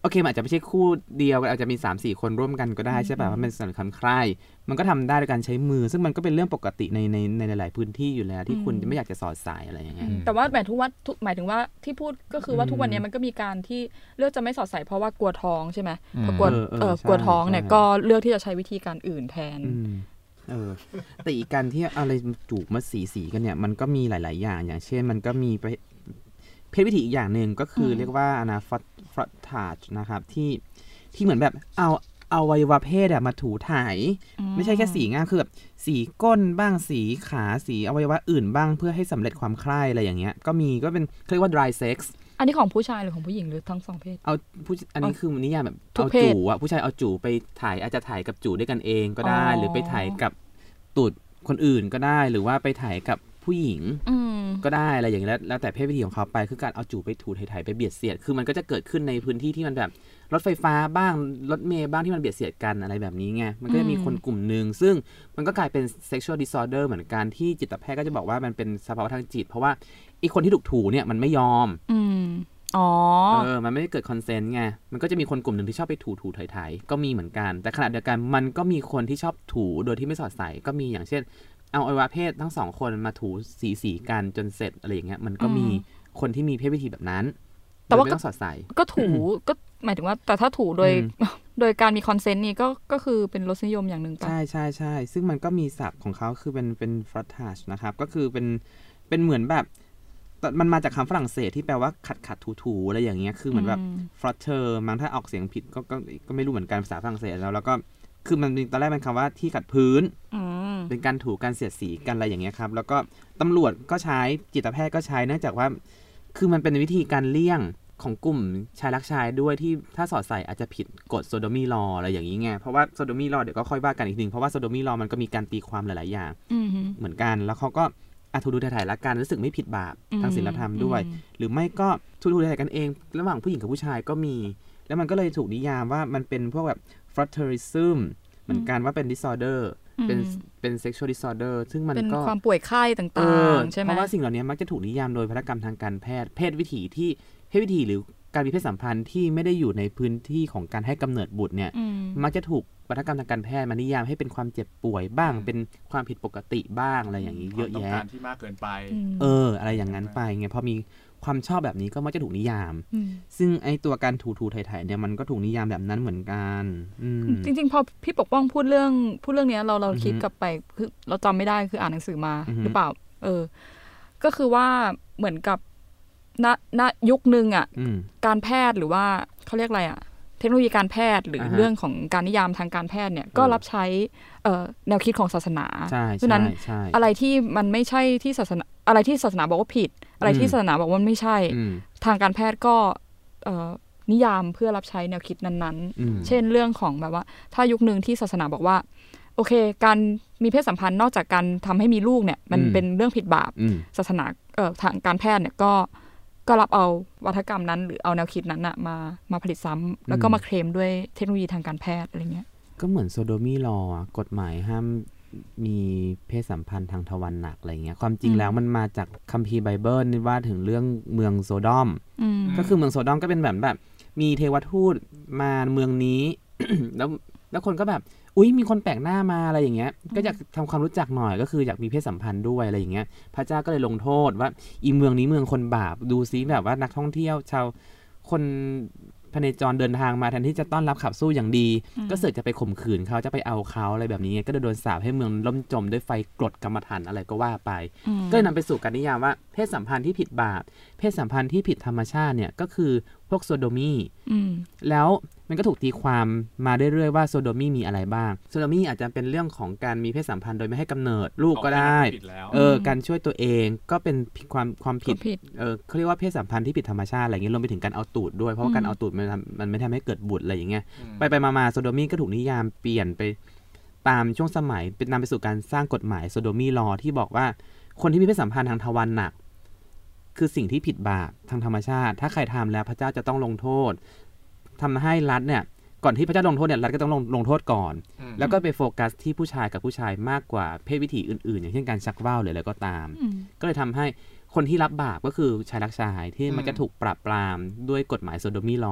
เคมันอาจจะไม่ใช่คู่เดียวอาจจะมี 3-4 คนร่วมกันก็ได้ใช่ป่ะว่าเป็นสันคำใคร่มันก็ทำได้ด้วยการใช้มือซึ่งมันก็เป็นเรื่องปกติในหลายๆพื้นที่อยู่แล้วที่คุณไม่อยากจะสอดสายอะไรอย่างเงี้ยแต่ว่าหมายถึงว่าที่พูดก็คือว่าทุกวันนี้มันก็มีการที่เลือกจะไม่สอดใส่เพราะว่ากลัวท้องใช่ไหมพอกลัวท้องเนี่ยก็เลือกที่จะใช้วิธีการอื่นแทนแต่อีกการที่อะไรจูบมาสีกันเนี่ยมันก็มีหลายๆอย่างเช่นมันก็มีเพศวิธีอีกอย่างหนึ่งก็คือเรียกว่าฟรอตทาจนะครับที่เหมือนแบบเอาอวัยวะเพศมาถูถ่ายไม่ใช่แค่สีง่ามคือแบบสีก้นบ้างสีขาสีอวัยวะอื่นบ้างเพื่อให้สำเร็จความใคร่อะไรอย่างเงี้ยก็มีก็เป็นเรียกว่า dry sex อันนี้ของผู้ชายหรือของผู้หญิงหรือทั้งสองเพศอันนี้คือนิยามแบบเอาจู่อ่ะผู้ชายเอาจู่ไปถ่ายอาจจะถ่ายกับจู่ด้วยกันเองก็ได้หรือไปถ่ายกับตูดคนอื่นก็ได้หรือว่าไปถ่ายกับผู้หญิงก็ได้อะไรอย่างนี้แล้วแต่เพศวิธีของเขาไปคือการเอาจู่ไปถูถ่ายไปเบียดเสียดคือมันก็จะเกิดขึ้นในพื้นที่ที่มันแบบรถไฟฟ้าบ้างรถเมล์บ้างที่มันเบียดเสียดกันอะไรแบบนี้ไงมันก็จะมีคนกลุ่มนึงซึ่งมันก็กลายเป็น sexual disorder เหมือนกันที่จิตแพทย์ก็จะบอกว่ามันเป็นสภาวะทางจิตเพราะว่าไอ้คนที่ถูกถูเนี่ยมันไม่ยอมมันไม่ได้เกิดคอนเซนต์ไงมันก็จะมีคนกลุ่มหนึ่งที่ชอบไปถูถ่ายก็มีเหมือนกันแต่ขณะเดียวกันมันก็มีคนที่ชอบถูโดยที่ไม่สอดใส่ก็มีอย่างเช่นเอาอวัยวะเพศทั้งสองคนมาถูสีกันจนเสร็จอะไรอย่างเงี้ยมันก็มีคนที่มีเพศวิธีแบบนั้นแต่ว่าไม่ต้องสอดใส่ก็ถูก็หมายถึงว่าแต่ถ้าถูโดยการมีคอนเซนต์นี่ก็คือเป็นรสนิยมอย่างหนึ่งใช่ซึ่งมันก็มีศัพท์ของเขาคือเป็นฟรอตทัชนะครับก็คือเป็นเหมือนแบบมันมาจากคำฝรั่งเศสที่แปลว่าขัดถูอะไรอย่างเงี้ยคือเหมือนแบบฟรอตเชอร์มั้งถ้าออกเสียงผิดก็ไม่รู้เหมือนกันภาษาฝรั่งเศสแล้วก็คือมันตอนแรกเป็นคำว่าที่ขัดพื้นเป็นการถูการเสียดสีกันอะไรอย่างเงี้ยครับแล้วก็ตำรวจก็ใช้จิตแพทย์ก็ใช้เนื่องจากว่าคือมันเป็นวิธีการเลี่ยงของกลุ่มชายรักชายด้วยที่ถ้าสอดใส่อาจจะผิดกฎโซโดมีลออะไรอย่างนี้ไงเพราะว่าโซโดมีลอเดี๋ยวก็ค่อยว่ากันอีกนึงเพราะว่าโซโดมีลอมันก็มีการตีความหลายๆอย่างเหมือนกันแล้วเขาก็ถูถ่ายละกันรู้สึกไม่ผิดบาปทางศีลธรรมด้วยหรือไม่ก็ถูถ่ายกันเองระหว่างผู้หญิงกับผู้ชายก็มีแล้วมันก็เลยถูกนิยามว่ามันเป็นพวกแบบ flirtatism เหมือนกันว่าเป็น disorder เป็น sexual disorder ซึ่งมันก็เป็นความป่วยไข้ต่างๆใช่ไหมเพราะว่าสิ่งเหล่านี้มักจะถูกนิยามโดยพฤติกรรมทางการแพทย์เพศวิถีหรือการมีเพศสัมพันธ์ที่ไม่ได้อยู่ในพื้นที่ของการให้กำเนิดบุตรเนี่ยมักจะถูกพฤติกรรมทางการแพทย์มานิยามให้เป็นความเจ็บป่วยบ้างเป็นความผิดปกติบ้างอะไรอย่างนี้เยอะแยะต้องการที่มากเกินไปอะไรอย่างนั้นไปไงพอมีความชอบแบบนี้ก็มักจะถูกนิยามซึ่งไอตัวการถูถ่ายเนี่ยมันก็ถูกนิยามแบบนั้นเหมือนกันจริงๆพอพี่ปกป้องพูดเรื่องนี้เราคิดกลับไปคือเราจำไม่ได้คืออ่านหนังสือมาหรือเปล่าก็คือว่าเหมือนกับณยุคนึงอ่ะการแพทย์หรือว่าเขาเรียกอะไรอ่ะเทคโนโลยีการแพทย์หรือเรื่องของการนิยามทางการแพทย์เนี่ยก็รับใช้แนวคิดของศาสนาเพราะนั้นอะไรที่มันไม่ใช่ที่ศาสนาอะไรที่ศาสนาบอกว่าผิดอะไรที่ศาสนาบอกว่าไม่ใช่ทางการแพทย์ก็นิยามเพื่อรับใช้แนวคิดนั้นๆเช่นเรื่องของแบบว่าถ้ายุคนึงที่ศาสนาบอกว่าโอเคการมีเพศสัมพันธ์นอกจากการทำให้มีลูกเนี่ยมันเป็นเรื่องผิดบาปศาสนาทางการแพทย์เนี่ยก็รับเอาวัฒกรรมนั้นหรือเอาแนวคิดนั้นมาผลิตซ้ำแล้วก็มาเคลมด้วยเทคโนโลยีทางการแพทย์อะไรเงี้ยก็เหมือนโซโดมีลอกฎหมายห้ามมีเพศสัมพันธ์ทางทวารหนักอะไรเงี้ยความจริงแล้วมันมาจากคัมภีร์ไบเบิลนี่ว่าถึงเรื่องเมืองโซดอมก็คือเมืองโซดอมก็เป็นแบบมีเทวทูตมาเมืองนี้ แล้วคนก็แบบอุ๊ยมีคนแปลกหน้ามาอะไรอย่างเงี้ยก็อยากทำความรู้จักหน่อยก็คืออยากมีเพศสัมพันธ์ด้วยอะไรอย่างเงี้ยพระเจ้าก็เลยลงโทษว่าอีเมืองนี้เมืองคนบาปดูซิแบบว่านักท่องเที่ยวชาวคนพเนจรเดินทางมาแทนที่จะต้อนรับขับสู้อย่างดีก็เสือกจะไปข่มขืนเขาจะไปเอาเขาอะไรแบบนี้ก็โดนสาปให้เมืองล่มจมด้วยไฟกรดกรรมฐานอะไรก็ว่าไปก็เลยนำไปสู่การนิยามว่าเพศสัมพันธ์ที่ผิดบาปเพศสัมพันธ์ที่ผิดธรรมชาติเนี่ยก็คือพวกโซโดมีแล้วมันก็ถูกตีความมาเรื่อยๆว่าโซโดมีมีอะไรบ้างโซโดมีอาจจะเป็นเรื่องของการมีเพศสัมพันธ์โดยไม่ให้กำเนิดลูกก็ได้การช่วยตัวเองก็เป็นความผิดเขาเรียกว่าเพศสัมพันธ์ที่ผิดธรรมชาติอะไรอย่างเงี้ยรวมไปถึงการเอาตูดด้วยเพราะว่าการเอาตูดมันไม่ทำให้เกิดบุตรอะไรอย่างเงี้ยไปมาโซโดมีก็ถูกนิยามเปลี่ยนไปตามช่วงสมัยเป็นนำไปสู่การสร้างกฎหมายโซโดมีลอที่บอกว่าคนที่มีเพศสัมพันธ์ทางทวารหนักคือสิ่งที่ผิดบาปทางธรรมชาติถ้าใครทำแล้วพระเจ้าจะต้องลงโทษทำให้รัฐเนี่ยก่อนที่พระเจ้าลงโทษเนี่ยรัฐก็ต้องลงโทษก่อนแล้วก็ไปโฟกัสที่ผู้ชายกับผู้ชายมากกว่าเพศวิถีอื่นๆอย่างเช่นการชักว่าวหรืออะไรก็ตามก็เลยทำให้คนที่รับบาปก็คือชายรักชายที่มันจะถูกปราบปรามด้วยกฎหมายโซโดมีลอ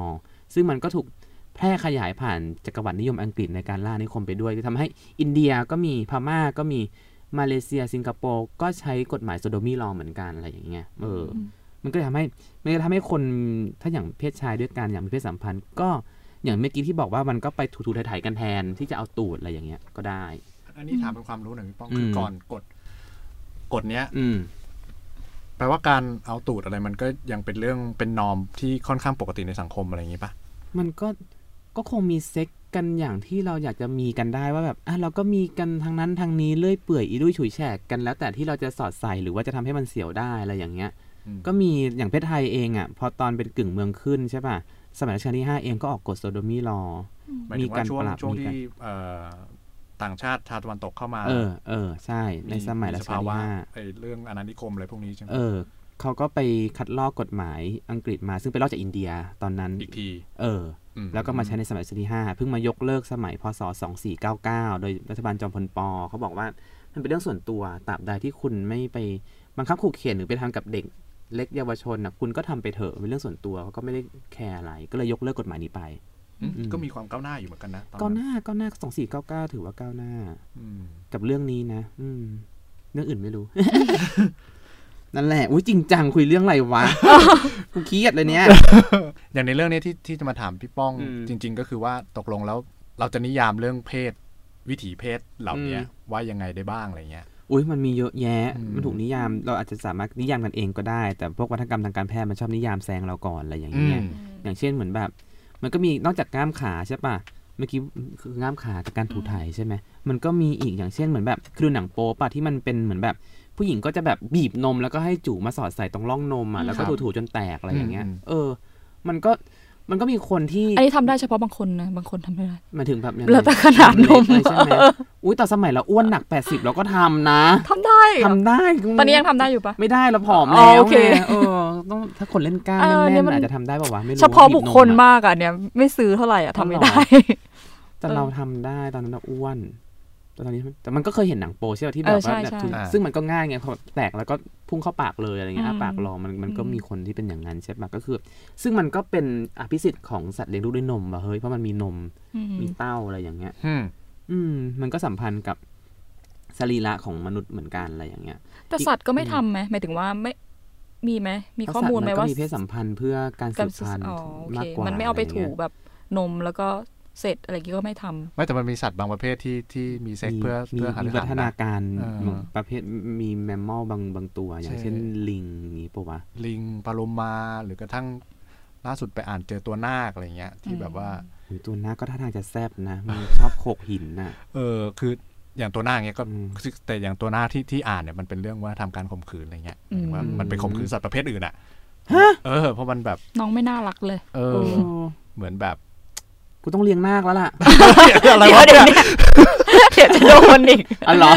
ซึ่งมันก็ถูกแพร่ขยายผ่านจักรวรรดินิยมอังกฤษในการล่านิคมไปด้วยทำให้อินเดียก็มีพม่าก็มีมาเลเซียสิงคโปร์ก็ใช้กฎหมายโซโดมีลอเหมือนกันอะไรอย่างเงี้ยมันก็ทำให้คนถ้าอย่างเพศชายด้วยกันอย่างมีเพศสัมพันธ์ก็อย่างเมื่อกี้ที่บอกว่ามันก็ไปถูๆไถๆกันแทนที่จะเอาตูดอะไรอย่างเงี้ยก็ได้อันนี้ถามเป็นความรู้หน่อยพี่ป้องคือก่อนกฎเนี้ยแปลว่าการเอาตูดอะไรมันก็ยังเป็นเรื่องเป็นนอร์มที่ค่อนข้างปกติในสังคมอะไรอย่างงี้ป่ะมันก็คงมีเซ็กกันอย่างที่เราอยากจะมีกันได้ว่าแบบเราก็มีกันทางนั้นทางนี้เลื่อยเปื่อยอีดุ้ยฉุยแฉกกันแล้วแต่ที่เราจะสอดใส่หรือว่าจะทำให้มันเสียวได้อะไรอย่างเงี้ยก็มีอย่างเพศไทยเองอ่ะพอตอนเป็นกึ่งเมืองขึ้นใช่ป่ะสมัยรัชกาลที่5เองก็ออกกฎโซโดมีลอมีการปราบช่วงที่ต่างชาติชาติตะวันตกเข้ามาใช่ในสมัยรัชกาลที่5 เรื่องอาณานิคมอะไรพวกนี้ใช่ไหมเขาก็ไปคัดลอกกฎหมายอังกฤษมาซึ่งไปลอกจากอินเดียตอนนั้นอีกทีแล้วก็มาใช้ในสมัยรัชกาลที่5เพิ่งมายกเลิกสมัยพศ2499โดยรัฐบาลจอมพลป.เขาบอกว่ามันเป็นเรื่องส่วนตัวตราบใดที่คุณไม่ไปบังคับขู่เข็นหรือไปทำกับเด็กเล็กเยาวชนนะคุณก็ทำไปเถอะเป็นเรื่องส่วนตัวเขาก็ไม่ได้แคร์อะไรก็เลยยกเลิกกฎหมายนี้ไปก็มีความก้าวหน้าอยู่เหมือนกันนะก้าวหน้า2499ถือว่าก้าวหน้ากับเรื่องนี้นะเรื่องอื่นไม่รู้ นั่นแหละอุ้ยจริงจังคุยเรื่องอะไรวะ กูเครียดเลยเนี่ยอย่างในเรื่องนี้ที่จะมาถามพี่ป้องจริงๆก็คือว่าตกลงแล้วเราจะนิยามเรื่องเพศวิถีเพศเหล่านี้ว่ายังไงได้บ้างอะไรเงี้ยอุ้ยมันมีเยอะแยะมันถูกนิยามเราอาจจะสามารถนิยามกันเองก็ได้แต่พวกวัฒนกรรมทางการแพทย์มันชอบนิยามแซงเราก่อนอะไรอย่างเงี้ยอย่างเช่นเหมือนแบบมันก็มีนอกจากง่ามขาใช่ป่ะเมื่อกี้คือง่ามขากับการถูถ่ายใช่ไหมมันก็มีอีกอย่างเช่นเหมือนแบบคือหนังโป๊ป่ะที่มันเป็นเหมือนแบบผู้หญิงก็จะแบบบีบนมแล้วก็ให้จู่มาสอดใส่ตรงร่องนมอ่ะแล้วก็ถูๆจนแตกอะไรอย่างเงี้ยมันก็มีคนที่อันนี้ทำได้เฉพาะบางคนนะบางคนทำไม่ได้หมายถึงแบบแล้วแต่ขนาดนมใช่ไหมอุ้ยแต่สมัยเราอ้วนหนัก80เราก็ทำนะทำได้ตอนนี้ยังทำได้อยู่ปะไม่ได้เราผอมแล้วไงต้องถ้าคนเล่นกล้ามแน่นๆอาจจะทำได้ป่าววะไม่รู้เฉพาะบุคคลมากอ่ะเนี่ยไม่ซื้อเท่าไหร่อ่ะทำไม่ได้แต่เราทำได้ตอนนั้นเราอ้วนตอนนี้แต่มันก็เคยเห็นหนังโป๊ใช่ไหมที่แบบว่าซึ่งมันก็ง่ายไงพอแตกแล้วก็พุ่งเข้าปากเลยอะไรเงี้ยปากรอมันก็มีคนที่เป็นอย่างนั้นใช่ไหมก็คือซึ่งมันก็เป็นอภิสิทธิ์ของสัตว์เลี้ยงลูกด้วยนมว่ะเฮ้ยเพราะมันมีนมมีเต้าอะไรอย่างเงี้ยมันก็สัมพันธ์กับสรีระของมนุษย์เหมือนกันอะไรอย่างเงี้ยแต่สัตว์ก็ไม่ทำไหมหมายถึงว่าไม่มีไหมมีข้อมูลไหมว่ามีเพศสัมพันธ์เพื่อการสืบพันธุ์มากกว่ามันไม่เอาไปถูแบบนมแล้วก็เสร็จอะไรกี้ก็ไม่ทำไม่แต่มันมีสัตว์บางประเภทที่มีเซ็กเพื่อหาวิวัฒนาการประเภทมีแมมมอลบางตัวอย่างเช่นลิงนี้ปะวะลิงปลาโลมาหรือกระทั่งล่าสุดไปอ่านเจอตัวนาคอะไรเงี้ยที่แบบว่าตัวนาคก็ท่าทางจะแซ่บนะมันชอบโขกหินน่ะคืออย่างตัวนาคเงี้ยก็แต่อย่างตัวนาคที่อ่านเนี่ยมันเป็นเรื่องว่าทำการข่มขืนอะไรเงี้ยว่ามันไปข่มขืนสัตว์ประเภทอื่นอ่ะเพราะมันแบบน้องไม่น่ารักเลยเหมือนแบบกูต้องเลี้ยงนาคแล้วล่ะอะไรวะเดี๋ยวจะโดนอีกอ๋อเหรอ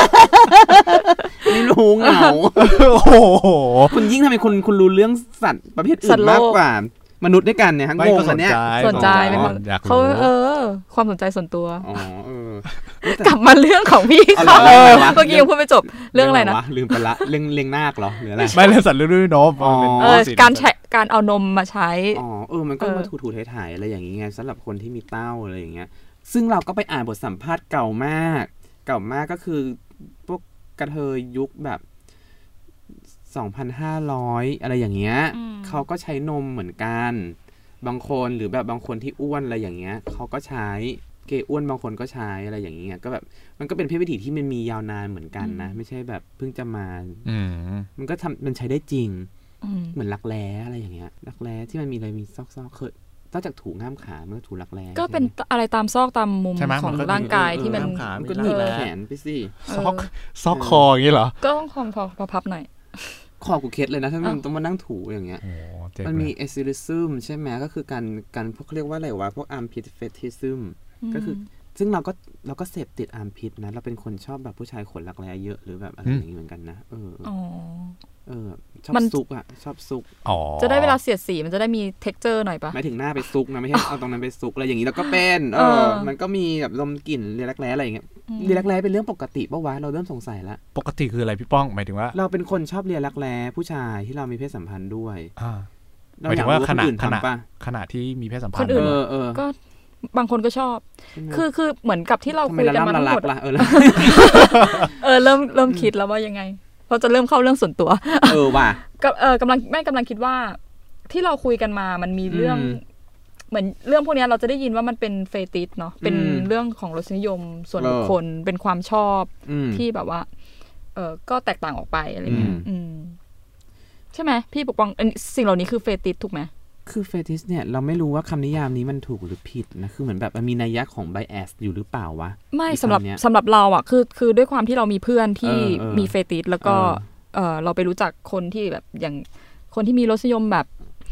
ไม่รู้เหงาโอ้โหคุณยิ่งทำไมคุณรู้เรื่องสัตว์ประเภทอื่นมากกว่ามนุษย์ด้วยกันเนี่ยทั้งงงอันเนี้ยสนใจเขาความสนใจส่วนตัวกลับมาเรื่องของพี่เขาเมื่อกี้ยังพูดไม่จบเรื่องอะไรนะลืมไปละเลี้ยงนาคเหรอหรืออะไรไม่เรื่องสัตว์เรื่องนมการเอานมมาใช้มันก็มาถูๆถ่ายๆอะไรอย่างเงี้ยสำหรับคนที่มีเต้าอะไรอย่างเงี้ยซึ่งเราก็ไปอ่านบทสัมภาษณ์เก่ามากก็คือพวกกระเทยยุคแบบ2,500 อะไรอย่างเงี้ยเขาก็ใช้นมเหมือนกันบางคนหรือแบบบางคนที่อ้วนอะไรอย่างเงี้ยเขาก็ใช้เกย์อ้วนบางคนก็ใช้อะไรอย่างเงี้ยก็แบบมันก็เป็นเพศวิถีที่มันมียาวนานเหมือนกันนะไม่ใช่แบบเพิ่งจะมามันก็มันใช้ได้จริงเหมือนรักแร้อะไรอย่างเงี้ยรักแร้ที่มันมีอะไรมีซอกๆเคยนอกจากถูง่ามขามันก็ถูรักแร้ก็เป็นอะไรตามซอกตามมุมของร่างกายที่มันก็หนีบแขนไปสิซอกคออย่างงี้เหรอก็ต้องคอพับหน่อยคอกูเคล็ดเลยนะถ้ามันต้องมานั่งถูอย่างเงี้ยมันมีเอซิลิซึมใช่ไหมก็คือการพวกเรียกว่าอะไรวะพวกอาร์มพิทเฟทิซึมก็คือซึ่งเราก็เสพติดอาร์มพิทนะเราเป็นคนชอบแบบผู้ชายขนรักแร้เยอะหรือแบบอะไรอย่างนี้เหมือนกันนะชอบซุกอ่ะชอบซุกจะได้เวลาเสียดสีมันจะได้มีเท็กเจอร์หน่อยปะไม่ถึงหน้าไปซุกนะไม่ใช่เอาตรงนั้นไปซุกอะไรอย่างนี้แล้วก็เป็นมันก็มีแบบลมกลิ่นเรียรักแร้อะไรอย่างเงี้ยเรียรักแร้เป็นเรื่องปกติปะวะเราเริ่มสงสัยละปกติคืออะไรพี่ป้องหมายถึงว่าเราเป็นคนชอบเรียรักแร้ผู้ชายที่เรามีเพศสัมพันธ์ด้วยหมายถึงว่าขณะที่มีเพศสัมพันธ์คนอื่นก็บางคนก็ชอบคือเหมือนกับที่เราคุยกันมาทั้งหมดเริ่มคิดแล้วว่ายังไงเพราะจะเริ่มเข้าเรื่องส่วนตัวว่ะกำลังคิดว่าที่เราคุยกันมามันมีเรื่องเหมือนเรื่องพวกนี้เราจะได้ยินว่ามันเป็นเฟติชเนาะเป็นเรื่องของรสนิยมส่วนบุคคลเป็นความชอบที่แบบว่าก็แตกต่างออกไปอะไรเงี้ยใช่ไหมพี่ปกป้องสิ่งเหล่านี้คือเฟติชถูกไหมคือเฟติชเนี่ยเราไม่รู้ว่าคำนิยามนี้มันถูกหรือผิดนะคือเหมือนแบบมันมีนัยยะของไบแอสอยู่หรือเปล่าวะไม่สำหรับเราอ่ะคือด้วยความที่เรามีเพื่อนที่มีเฟติชแล้วก็เราไปรู้จักคนที่แบบอย่างคนที่มีรสนิยมแบบ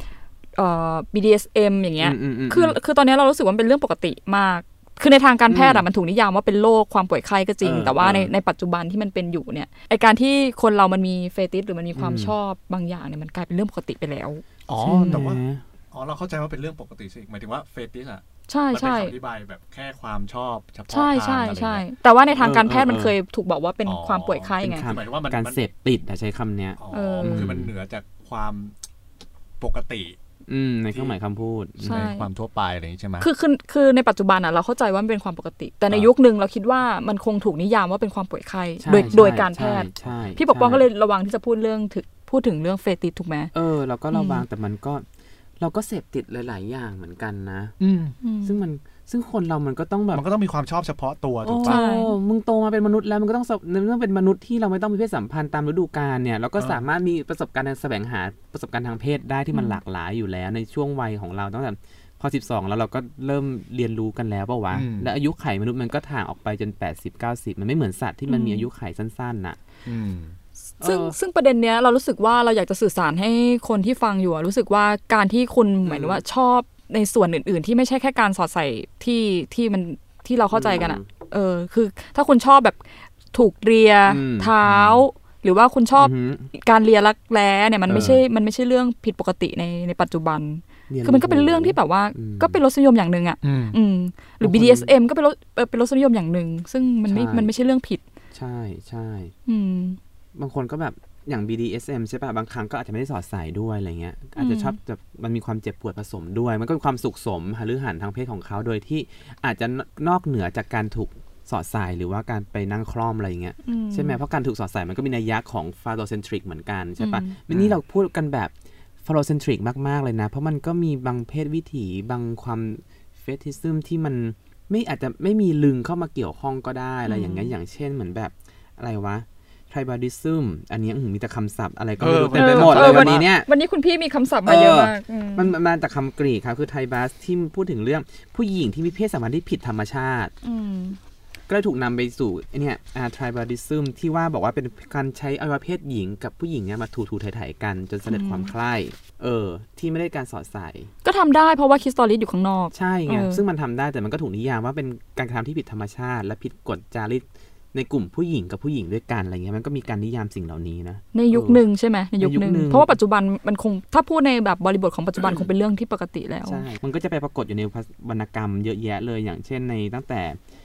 BDSM อย่างเงี้ยคือตอนนี้เรารู้สึกว่าเป็นเรื่องปกติมากคือในทางการแพทย์อะมันถูกนิยามว่าเป็นโรคความป่วยไข้ก็จริงแต่ว่าในปัจจุบันที่มันเป็นอยู่เนี่ยไอการที่คนเรามันมีเฟติชหรือมันมีความชอบบางอย่างเนี่ยมันกลายเป็นเรื่องปกติไปแล้วแต่ว่าเราเข้าใจว่าเป็นเรื่องปกติสิหมายถึงว่าเฟติชอะใช่ใช่อธิบายแบบแค่ความชอบเฉพาะทางใช่ใช่แต่ว่าในทางการแพทย์มันเคยถูกบอกว่าเป็นความป่วยไข้ไงหมายถึงว่าการเสพติดใช้คำเนี้ยคือมันเหนือจากความปกติในเครื่องหมายคำพูดในความทั่วไปอะไรอย่างนี้ใช่ไหมคือในปัจจุบันอ่ะเราเข้าใจว่ามันเป็นความปกติแต่ในยุคนึงเราคิดว่ามันคงถูกนิยามว่าเป็นความป่วยไข้โดยการแพทย์พี่ปกป้องก็เลยระวังที่จะพูดถึงเรื่องเฟติชถูกไหมเราก็ระวังแต่มันก็เราก็เสพติดหลายๆอย่างเหมือนกันนะซึ่งคนเรามันก็ต้องแบบมันก็ต้องมีความชอบเฉพาะตัวถูกป่ะมึงโตมาเป็นมนุษย์แล้วมันก็ต้องเป็นมนุษย์ที่เราไม่ต้องมีเพศสัมพันธ์ตามฤดูกาลเนี่ยเราก็สามารถมีประสบการณ์แสวงหาประสบการณ์ทางเพศได้ที่มันหลากหลายอยู่แล้วในช่วงวัยของเราตั้งแต่พอ12แล้วเราก็เริ่มเรียนรู้กันแล้วป่ะวะและอายุไขมนุษย์มันก็ห่างออกไปจน80-90มันไม่เหมือนสัตว์ที่มันมีอายุไขสั้นๆน่ะซึ่งประเด็นเนี้ยเรารู้สึกว่าเราอยากจะสื่อสารให้คนที่ฟังอยู่รู้สึกว่าการที่คุณหมายถึงว่าชอบในส่วนอื่นๆที่ไม่ใช่แค่การสอดใส่ที่เราเข้าใจกันอ่ะคือถ้าคุณชอบแบบถูกเลียเท้าหรือว่าคุณชอบการเลียรักแร้เนี่ยมันไม่ใช่เรื่องผิดปกติในปัจจุบันคือมันก็เป็นเรื่องที่แบบว่าก็เป็นรสนิยมอย่างนึงอ่ะหรือ BDSM ก็เป็นรสนิยมอย่างนึงซึ่งมันไม่ใช่เรื่องผิดใช่ใช่บางคนก็แบบอย่าง BDSM ใช่ป่ะบางครั้งก็อาจจะไม่ได้สอดใส่ด้วยอะไรเงี้ยอาจจะชอบแบบมันมีความเจ็บปวดผสมด้วยมันก็มีความสุขสมหรือหันทางเพศของเขาโดยที่อาจจะนอกเหนือจากการถูกสอดใส่หรือว่าการไปนั่งคล่อมอะไรเงี้ยใช่ไหมเพราะการถูกสอดใส่มันก็มีนัยยะของ phallocentric เหมือนกันใช่ป่ะนี่เราพูดกันแบบ phallocentric มากๆเลยนะเพราะมันก็มีบางเพศวิถีบางความเฟติซึมที่มันไม่อาจจะไม่มีลึงเข้ามาเกี่ยวข้องก็ได้อะไรอย่างเงี้ยอย่างเช่นเหมือนแบบอะไรวะtribalism อันนี้มีแต่คำศัพท์อะไรก็ไม่รู้เต็มไปหมดเลยวันนี้เนี่ยวันนี้คุณพี่มีคำศัพท์มาเยอะมากมันมาจากคำกรีกครับคือ tribas ที่พูดถึงเรื่องผู้หญิงที่มีเพศสัมพันธ์ที่ผิดธรรมชาติก็เลยถูกนำไปสู่เนี่ยtribalism ที่ว่าบอกว่าเป็นการใช้อวัยวะเพศหญิงกับผู้หญิงเนี่ยมาถูๆไถ่ๆกันจนสำเร็จความใคร่ที่ไม่ได้การสอดใส่ก็ทำได้เพราะว่าคริสตอลิสอยู่ข้างนอกใช่ไงซึ่งมันทำได้แต่มันก็ถูกนิยามว่าเป็นการกระทำที่ผิดธรรมชาติและผิดกฎจารีตในกลุ่มผู้หญิงกับผู้หญิงด้วยกันอะไรเงี้ยมันก็มีการนิยามสิ่งเหล่านี้นะในยุคนึงใช่ไหมในยุคนึงเพราะว่าปัจจุบันมันคงถ้าพูดในแบบบริบทของปัจจุบันคงเป็นเรื่องที่ปกติแล้วใช่มันก็จะไปปรากฏอยู่ในวรรณกรรมเยอะแยะเลยอย่างเช่นในตั้งแต่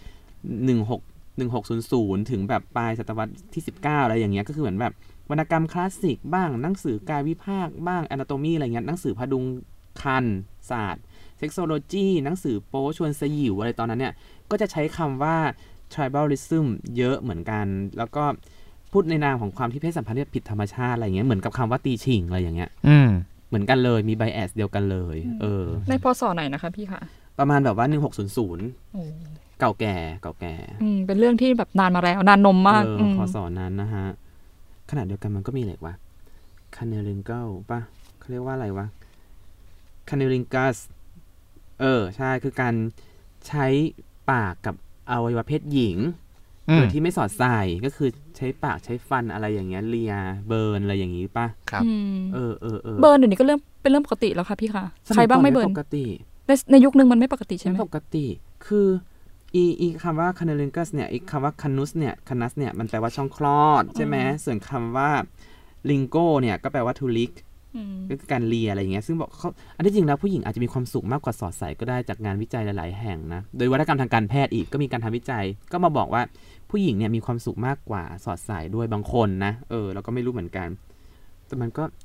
1600ถึงแบบปลายศตวรรษที่19อะไรอย่างเงี้ยก็คือเหมือนแบบวรรณกรรมคลาสสิกบ้างหนังสือกายวิภาคบ้าง anatomy อะไรเงี้ยหนังสือพดุงครรภ์ศาสตร์เซ็กโซโลจีหนังสือโป๊ชวนสยิวอะไรตอนนั้นเนี่ยก็จะใช้คำว่าtribalism เยอะเหมือนกันแล้วก็พูดในนามของความที่เพศสัมพันธ์ที่ผิดธรรมชาติอะไรอย่างเงี้ยเหมือนกับคำว่าตีฉิงอะไรอย่างเงี้ยเหมือนกันเลยมี bias เดียวกันเลยในพศไหนนะคะพี่คะประมาณแบบว่า1600เก่าแก่เป็นเรื่องที่แบบนานมาแล้วนานนมมากพศนั้นนะฮะขณะเดียวกันมันก็มีอะไรวะ cunnilingus ป่ะเขาเรียกว่าอะไรวะ cunnilingus ใช่คือการใช้ปากกับอวัยวะเพศหญิงโดยที่ไม่สอดใส่ก็คือใช้ปากใช้ฟันอะไรอย่างเงี้ยเลียเบิร์นอะไรอย่างงี้ป่ะครับเบิร์นเดี๋ยวนี้ก็เป็นเรื่องปกติแล้วค่ะพี่ค่ะใครบ้างไม่เบิร์นปกติในยุคนึงมันไม่ปกติใช่ไหมปกติคืออีคำว่า cunnilingus เนี่ยอีคำว่า canus เนี่ยมันแปลว่าช่องคลอดใช่ไหมส่วนคำว่า lingo เนี่ยก็แปลว่า to lickก็คือการเลียอะไรอย่างเงี้ยซึ่งบอกเขาอันที่จริงแล้วผู้หญิงอาจจะมีความสุขมากกว่าสอดใส่ก็ได้จากงานวิจัยหลายๆแห่งนะโดยวัฒกรรมทางการแพทย์อีกก็มีการทำวิจัยก็มาบอกว่าผู้หญิงเนี่ยมีความสุขมากกว่าสอดใส่ด้วยบางคนนะแล้วก็ไม่รู้เหมือนกันแต่มันก็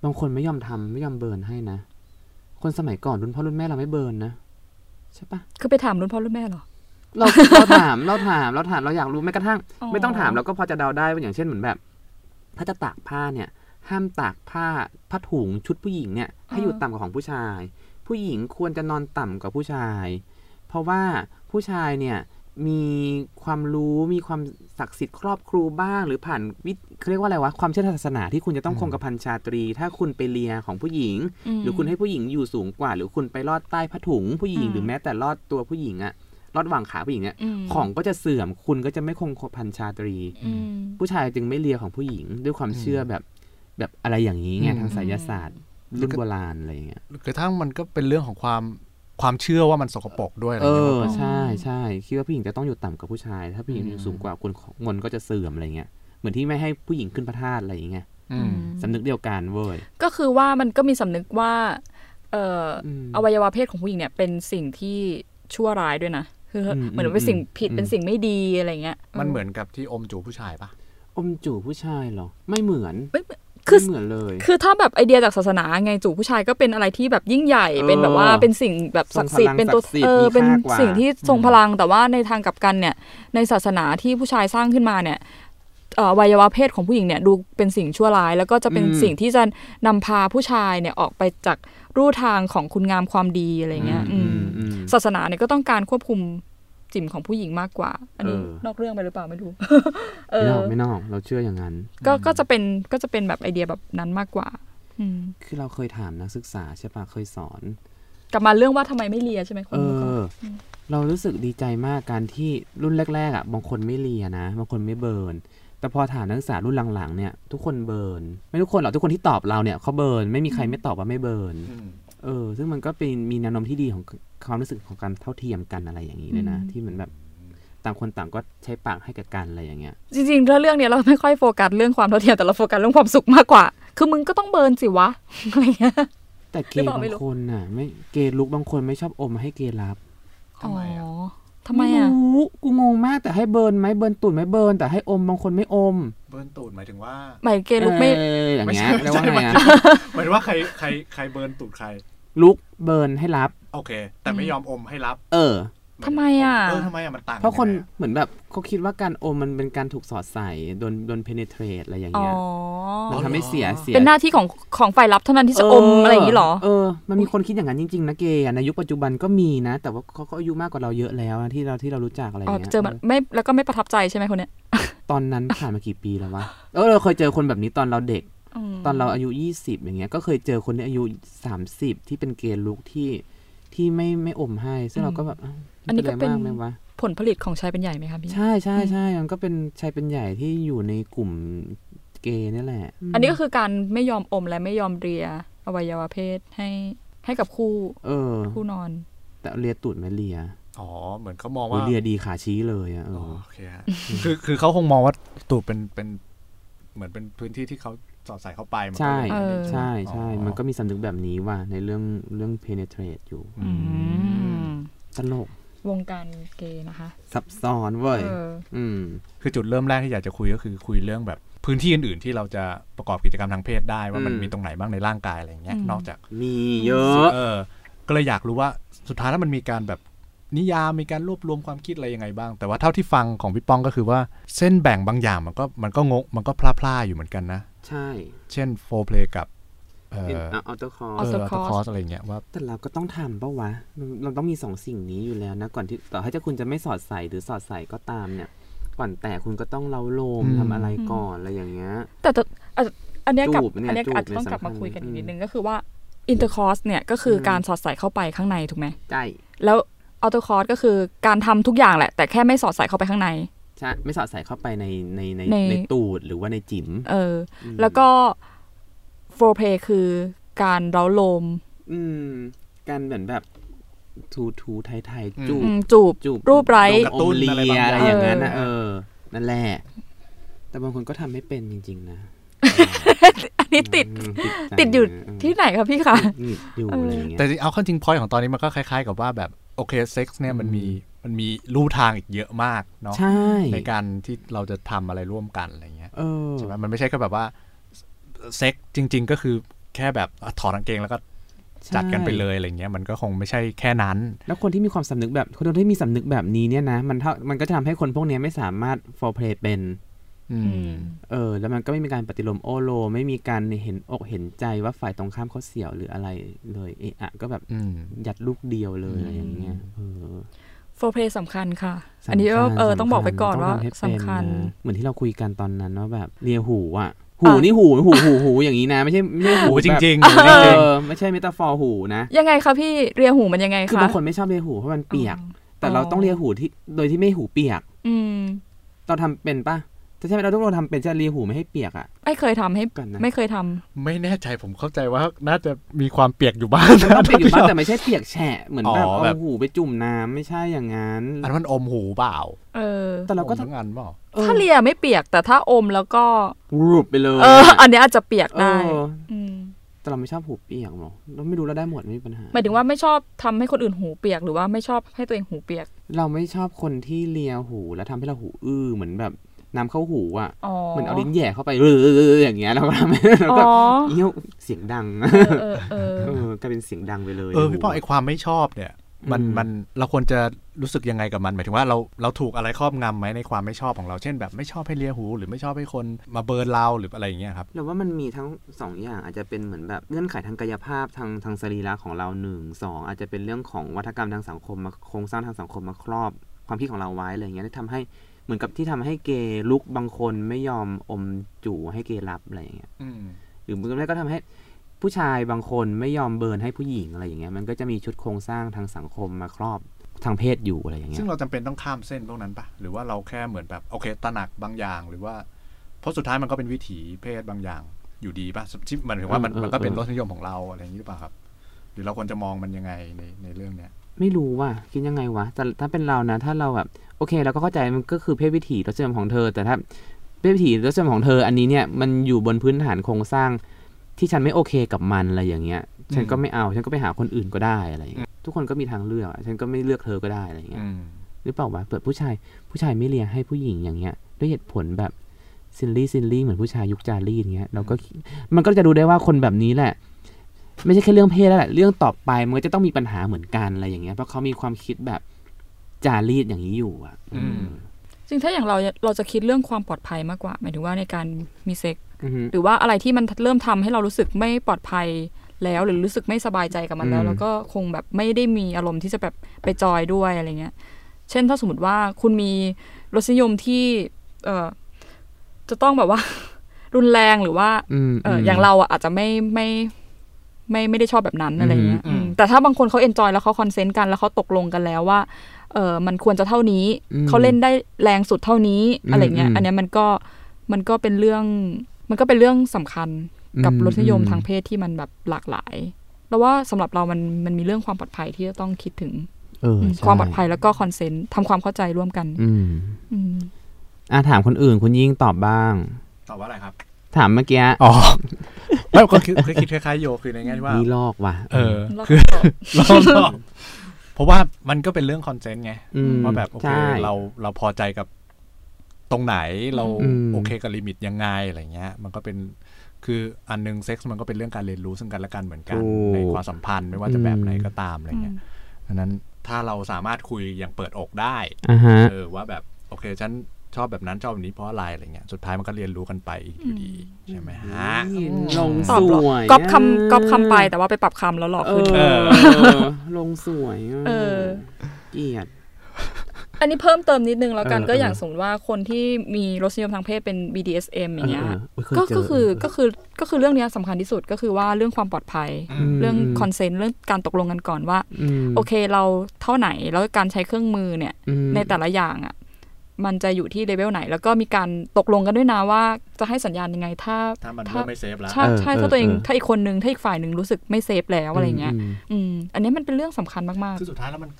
บางคนไม่ยอมทำไม่ยอมเบิร์นให้นะคนสมัยก่อนรุ่นพ่อรุ่นแม่เราไม่เบิร์นนะใช่ปะคือไปถามรุ่นพ่อรุ่นแม่หรอเราถามเราอยากรู้แม้กระทั่งไม่ต้องถามเราก็พอจะเดาได้ว่าอย่างเช่นเหมือนแบบถ้าจะตากผ้าเนี่ยห้ามตากผ้าถุงชุดผู้หญิงเนี่ยให้อยู่ต่ำกว่าของผู้ชายผู้หญิงควรจะนอนต่ำกว่าผู้ชายเพราะว่าผู้ชายเนี่ยมีความรู้มีความศักดิ์สิทธิ์ครอบครูบ้างหรือผ่านเขาเรียกว่าอะไรวะความเชื่อศาสนาที่คุณจะต้องคงกระพันชาตรีถ้าคุณไปเลียของผู้หญิงหรือคุณให้ผู้หญิงอยู่สูงกว่าหรือคุณไปลอดใต้ผ้าถุงผู้หญิงหรือแม้แต่ลอดตัวผู้หญิงอะลอดวางขาผู้หญิงเนี่ยของก็จะเสื่อมคุณก็จะไม่คงกระพันชาตรีผู้ชายจึงไม่เลียของผู้หญิงด้วยความเชื่อแบบอะไรอย่างนี้ไงทางไสยศาสตร์รุ่นโบราณอะไรอย่างเงี้ยกระทั่งมันก็เป็นเรื่องของความเชื่อว่ามันสกปรกด้วยอะไรใช่คิดว่าผู้หญิงจะต้องอยู่ต่ำกว่าผู้ชายถ้าผู้หญิงอยู่สูงกว่าคุณมนก็จะเสื่อมอะไรเงี้ยเหมือนที่ไม่ให้ผู้หญิงขึ้นพระธาตุอะไรอย่างเงี้ยสำนึกเดียวกันเว้ยก็คือว่ามันก็มีสำนึกว่าอวัยวะเพศของผู้หญิงเนี่ยเป็นสิ่งที่ชั่วร้ายด้วยนะคือเหมือนเป็นสิ่งผิดเป็นสิ่งไม่ดีอะไรเงี้ยมันเหมือนกับที่อมจูบผู้ชายปะอมจูบผู้ชายเหรอไม่เหมือนคือเหมือนเลยคือถ้าแบบไอเดียจากศาสนาไงจูบผู้ชายก็เป็นอะไรที่แบบยิ่งใหญ่เป็นแบบว่าเป็นสิ่งแบบศักดิ์สิทธิ์เป็นตัวเป็นสิ่งที่ทรงพลังแต่ว่าในทางกลับกันเนี่ยในศาสนาที่ผู้ชายสร้างขึ้นมาเนี่ยอวัยวะเพศของผู้หญิงเนี่ยดูเป็นสิ่งชั่วร้ายแล้วก็จะเป็นสิ่งที่จะนำพาผู้ชายเนี่ยออกไปจากรูทางของคุณงามความดีอะไรเงี้ยศาสนาเนี่ยก็ต้องการควบคุมจิ๋มของผู้หญิงมากกว่าอันนี้นอกเรื่องไปหรือเปล่าไม่รู้ไม่นอกเราเชื่ออย่างนั้นก็จะเป็นแบบไอเดียแบบนั้นมากกว่าคือเราเคยถามนักศึกษาใช่ปะเคยสอนกลับมาเรื่องว่าทำไมไม่เลียใช่ไหมคุณเรารู้สึกดีใจมากการที่รุ่นแรกๆอ่ะบางคนไม่เลียนะบางคนไม่เบิร์นแต่พอถามนักศึกษารุ่นหลังๆเนี่ยทุกคนเบิร์นไม่ทุกคนหรอกทุกคนที่ตอบเราเนี่ยเขาเบิร์นไม่มีใครไม่ตอบว่าไม่เบิร์นซึ่งมันก็เป็นมีแนวโน้มที่ดีของความรู้สึกของการเท่าเทียมกันอะไรอย่างนี้เลยนะที่เหมือนแบบต่างคนต่างก็ใช้ปากให้กับกันอะไรอย่างเงี้ยจริงๆแล้วเรื่องนี้เราไม่ค่อยโฟกัสเรื่องความเท่าเทียมแต่เราโฟกัสเรื่องความสุขมากกว่าคือมึงก็ต้องเบิร์นสิวะอะไรเงี้ยแต่เกย์บางคนน่ะไม่เกย์ลุกบางคนไม่ชอบอมให้เกย์รับทำไมอ่ะกูงงมากแต่ให้เบิร์นไหมเบิร์นตูดไหมเบิร์นแต่ให้อมบางคนไม่อมเบิร์นตูดหมายถึงว่าหมายเกย์ลุกไม่อย่างเงี้ยแล้วว่าไงหมายถึงว่าใครเบิร์นตูดใครลุกเบิร์นให้รับโอเคแต่ไม่ยอมอมให้รับทำไมอ่ะทำไมมันต่างเพราะคนเหมือนแบบเขาคิดว่าการอมมันเป็นการถูกสอดใส่โดน penetrate อะไรอย่างเงี้ยมันทำให้เสียเป็นหน้าที่ของฝ่ายรับเท่านั้นที่จะอมอะไรอย่างนี้หรอมันมีคนคิดอย่างนั้นจริงๆนะเกย์ในยุคปัจจุบันก็มีนะแต่ว่าเขาก็อายุมากกว่าเราเยอะแล้วที่เรารู้จักอะไรอย่างเงี้ยเจอไม่แล้วก็ไม่ประทับใจใช่ไหมคนเนี้ยตอนนั้นผ่านมากี่ปีแล้ววะเราเคยเจอคนแบบนี้ตอนเราเด็กตอนเราอายุ20อย่างเงี้ยก็เคยเจอคนที่อายุ30ที่เป็นเกย์ลุกที่ไม่อมให้ซึ่งเราก็แบบอันนี้ก็เป็นผลผลิตของชายเป็นใหญ่ไหมคะพี่ใช่มันก็เป็นชายเป็นใหญ่ที่อยู่ในกลุ่มเกย์นี่แหละอันนี้ก็คือการไม่ยอมอมและไม่ยอมเลียอวัยวะเพศให้กับคู่คู่นอนแต่เลียตูดไม่เลียเหมือนเขามองว่าเลียดีขาชี้เลยอ่ะโอเคคือเขาคงมองว่าตูดเป็นเหมือนเป็นพื้นที่ที่เขาสอดใส่เข้าไปใช่มันก็มีสำนึกแบบนี้ว่าในเรื่อง penetrate อยู่ตลกวงการเกย์นะคะซับซ้อนเว้ยคือจุดเริ่มแรกที่อยากจะคุยก็คือคุยเรื่องแบบพื้นที่อื่นๆที่เราจะประกอบกิจกรรมทางเพศได้ว่ามันมีตรงไหนบ้างในร่างกายอะไรอย่างเงี้ยนอกจากมีเยอะก็เลยอยากรู้ว่าสุดท้ายแล้วมันมีการแบบนิยามมีการรวบรวมความคิดอะไรยังไงบ้างแต่ว่าเท่าที่ฟังของพี่ป้องก็คือว่าเส้นแบ่งบางอย่างมันก็งงมันก็พล่าๆอยู่เหมือนกันนะใช่เช่นโฟร์เพลย์กับออโต้คอร์สอะไรเงี้ยว่าแต่เราก็ต้องทำป่ะวะเราต้องมี2สิ่งนี้อยู่แล้วนะก่อนที่ต่อให้คุณจะไม่สอดใส่หรือสอดใส่ก็ตามเนี่ยก่อนแต่คุณก็ต้องเล้าโลมทำอะไรก่อนอะไรอย่างเงี้ยแต่อันนี้อาจจะต้องกลับมาคุยกันอีกนิดนึงก็คือว่าอินเตอร์คอร์สเนี่ยก็คือการสอดใส่เข้าไปข้างในถูกไหมใช่แล้วออโต้คอร์สก็คือการทำทุกอย่างแหละแต่แค่ไม่สอดใส่เข้าไปข้างในใช่ไม่สอดใส่เข้าไปในตูดหรือว่าในจิ๋มแล้วก็โฟร์เพลย์คือการเล้าโลมการเหมือนแบบทูไทยจูบรูปไร้โอเลียอะไรอย่างนั้นนะนั่นแหละแต่บางคนก็ทำไม่เป็นจริงๆนะอันนี้ติดอยู่ที่ไหนครับพี่คะอยู่อะไรอย่างเงี้ยแต่เอาเข้าจริงพอยต์ของตอนนี้มันก็คล้ายๆกับว่าแบบโอเคเซ็กซ์เนี่ยมันมีรูทางอีกเยอะมากเนาะในการที่เราจะทำอะไรร่วมกันอะไรเงี้ยใช่ไหมมันไม่ใช่แค่แบบว่าเซ็กจริงๆก็คือแค่แบบถอดกางเกงแล้วก็จัดกันไปเลยอะไรเงี้ยมันก็คงไม่ใช่แค่นั้นแล้วคนที่มีความสำนึกแบบคนที่มีสำนึกแบบนี้เนี่ยนะมันก็จะทำให้คนพวกนี้ไม่สามารถ foreplay เป็นแล้วมันก็ไม่มีการปฏิโลมโอโลไม่มีการเห็นอกเห็นใจว่าฝ่ายตรงข้ามเขาเสียวหรืออะไรเลยก็แบบยัดลูกเดียวเลยอะไรอย่างเงี้ย foreplay สำคัญค่ะอันนี้ต้องบอกไปก่อนว่าสำคัญเหมือนที่เราคุยกันตอนนั้นว่าแบบเลียหูอ่ะหูนี่หูอย่างนี้นะไม่ใช่หูจริงๆไม่ใช่เมตาฟอร์หูนะยังไงคะพี่เลียหูมันยังไงคะคือบางคนไม่ชอบเลียหูเพราะมันเปียกแต่เราต้องเลียหูที่โดยที่ไม่หูเปียกเราทำเป็นปะแต่ใช่ไหมเราต้องทำเป็นจะเลียหูไม่ให้เปียกอ่ะไม่เคยทำให้ไม่เคยทำไม่แน่ใจผมเข้าใจว่าน่าจะมีความเปียกอยู่บ้างเปียกอยู่บ้างแต่ไม่ใช่เปียกแฉะเหมือนแบบเอาหูไปจุ่มน้ำไม่ใช่อย่างนั้นอันมันอมหูเปล่าแต่เราก็ทำงานเปล่าถ้าเลียไม่เปียกแต่ถ้าอมแล้วก็รูปไปเลยอันนี้อาจจะเปียกได้แต่เราไม่ชอบหูเปียกหรอเราไม่รู้เราได้หมดไม่มีปัญหาหมายถึงว่าไม่ชอบทำให้คนอื่นหูเปียกหรือว่าไม่ชอบให้ตัวเองหูเปียกเราไม่ชอบคนที่เลียหูแล้วทำให้เราหูเหมือนแบบน้ำเข้าหูอ่ะเหมือนเอาลิ้นแย่เข้าไปอย่างเงี้ยแล้วก็ทำให้เราก็เอี้ยวเสียงดังกลายเป็นเสียงดังไปเลยพี่ป้อไอความไม่ชอบเนี่ยมันเราควรจะรู้สึกยังไงกับมันหมายถึงว่าเราถูกอะไรครอบงำไหมในความไม่ชอบของเราเช่นแบบไม่ชอบให้เลียหูหรือไม่ชอบให้คนมาเบิร์นเราหรืออะไรอย่างเงี้ยครับเราว่ามันมีทั้ง2อย่างอาจจะเป็นเหมือนแบบเงื่อนไขทางกายภาพทางสรีระของเรา1 2อาจจะเป็นเรื่องของวัฒกรรมทางสังคมมาโครงสร้างทางสังคมมาครอบความคิดของเราไว้อะไรอย่างเงี้ยทำให้เหมือนกับที่ทำให้เกย์ลุกบางคนไม่ยอมอมจู่ให้เกย์รับอะไรอย่างเงี้ยหรือบางทีก็ทำให้ผู้ชายบางคนไม่ยอมเบิร์นให้ผู้หญิงอะไรอย่างเงี้ยมันก็จะมีชุดโครงสร้างทางสังคมมาครอบทางเพศอยู่อะไรอย่างเงี้ยซึ่งเราจำเป็นต้องข้ามเส้นพวกนั้นปะหรือว่าเราแค่เหมือนแบบโอเคตระหนักบางอย่างหรือว่าเพราะสุดท้ายมันก็เป็นวิถีเพศบางอย่างอยู่ดีปะที่มันถือว่ามันก็เป็นรสนิยมของเราอะไรอย่างนี้หรือเปล่าครับหรือเราควรจะมองมันยังไงในเรื่องเนี้ยไม่รู้ว่าคิดยังไงวะแต่ถ้าเป็นเรานะถ้าเราแบบโอเคเราก็เข้าใจมันก็คือเพศวิถีรสนิยมของเธอแต่ถ้าเพศวิถีรสนิยมของเธออันนี้เนี่ยมันอยู่บนพื้นฐานโครงสร้างที่ฉันไม่โอเคกับมันอะไรอย่างเงี้ยฉันก็ไม่เอาฉันก็ไปหาคนอื่นก็ได้อะไรอย่างเงี้ยทุกคนก็มีทางเลือกฉันก็ไม่เลือกเธอก็ได้อะไรอย่างเงี้ยหรือเปล่าวะเปิดผู้ชายไม่เลียให้ผู้หญิงอย่างเงี้ยด้วยเหตุผลแบบซิลลี่เหมือนผู้ชายยุคจารีอย่างเงี้ยเราก็มันก็จะดูได้ว่าคนแบบนี้แหละไม่ใช่แค่เรื่องเพศแล้วแหละเรื่องต่อไปมันก็จะต้องมีปัญหาเหมือนกันอะไรอย่างเงี้ยเพราะเขามีความคิดแบบจารีตอย่างนี้อยู่อ่ะจริงถ้าอย่างเราจะคิดเรื่องความปลอดภัยมากกว่าหมายถึงว่าในการมีเซ็กหรือว่าอะไรที่มันเริ่มทำให้เรารู้สึกไม่ปลอดภัยแล้วหรือรู้สึกไม่สบายใจกับมันแล้วก็คงแบบไม่ได้มีอารมณ์ที่จะแบบไปจอยด้วยอะไรเงี้ยเช่นถ้าสมมติว่าคุณมีรสนิยมที่จะต้องแบบว่ารุนแรงหรือว่าอย่างเราอาจจะไม่ได้ชอบแบบนั้นอะไรเงี้ยแต่ถ้าบางคนเขาเอนจอยแล้วเขาคอนเซนต์กันแล้วเขาตกลงกันแล้วว่ามันควรจะเท่านี้เขาเล่นได้แรงสุดเท่านี้อะไรเงี้ยอันนี้มันก็เป็นเรื่องสำคัญกับรสนิยมทางเพศที่มันแบบหลากหลายแล้วว่าสำหรับเรามันมีเรื่องความปลอดภัยที่จะต้องคิดถึงความปลอดภัยแล้วก็คอนเซนต์ทำความเข้าใจร่วมกันถามคนอื่นคุณยิ่งตอบบ้างตอบว่าอะไรครับถามเมื่อกี้ไม่ก็คือคิดคล้ายๆโยคือในแง่ที่ว่านี่ลอกว่ะคือลอกเพราะว่ามันก็เป็นเรื่องคอนเซนต์ไงว่าแบบโอเคเราพอใจกับตรงไหนเราโอเคกับลิมิตยังไงอะไรเงี้ยมันก็เป็นคืออันนึงเซ็กซ์มันก็เป็นเรื่องการเรียนรู้ซึ่งกันและกันเหมือนกันในความสัมพันธ์ไม่ว่าจะแบบไหนก็ตามอะไรเงี้ยดังนั้นถ้าเราสามารถคุยอย่างเปิดอกได้ว่าแบบโอเคฉันชอบแบบนั้นชอบแบบนี้เพราะอะไรอะไรเงี้ยสุดท้ายมันก็เรียนรู้กันไปอยู่ดีใช่ไหมฮะลงสวยก๊อปคำไปแต่ว่าไปปรับคำแล้วหลอกขึ้นลงสวยเกลียดอันนี้เพิ่มเติมนิดนึงแล้วกันก็อย่างสมมติว่าคนที่มีรสนิยมทางเพศเป็น BDSM อย่างเงี้ยก็คือเรื่องนี้สำคัญที่สุดก็คือว่าเรื่องความปลอดภัยเรื่องคอนเซนต์เรื่องการตกลงกันก่อนว่าโอเคเราเท่าไหนแล้วการใช้เครื่องมือเนี่ยในแต่ละอย่างอ่ะมันจะอยู่ที่เลเวลไหนแล้วก็มีการตกลงกันด้วยนะว่าจะให้สัญญาณยังไงถ้ามันไม่เซฟแล้วใช่ถ้าตัวเองถ้าอีกคนนึงถ้าอีกฝ่ายนึงรู้สึกไม่เซฟแล้วอะไรเงี้ยอันนี้มันเป็นเรื่องสำคัญมากๆคือสุดท้ายแล้วมัน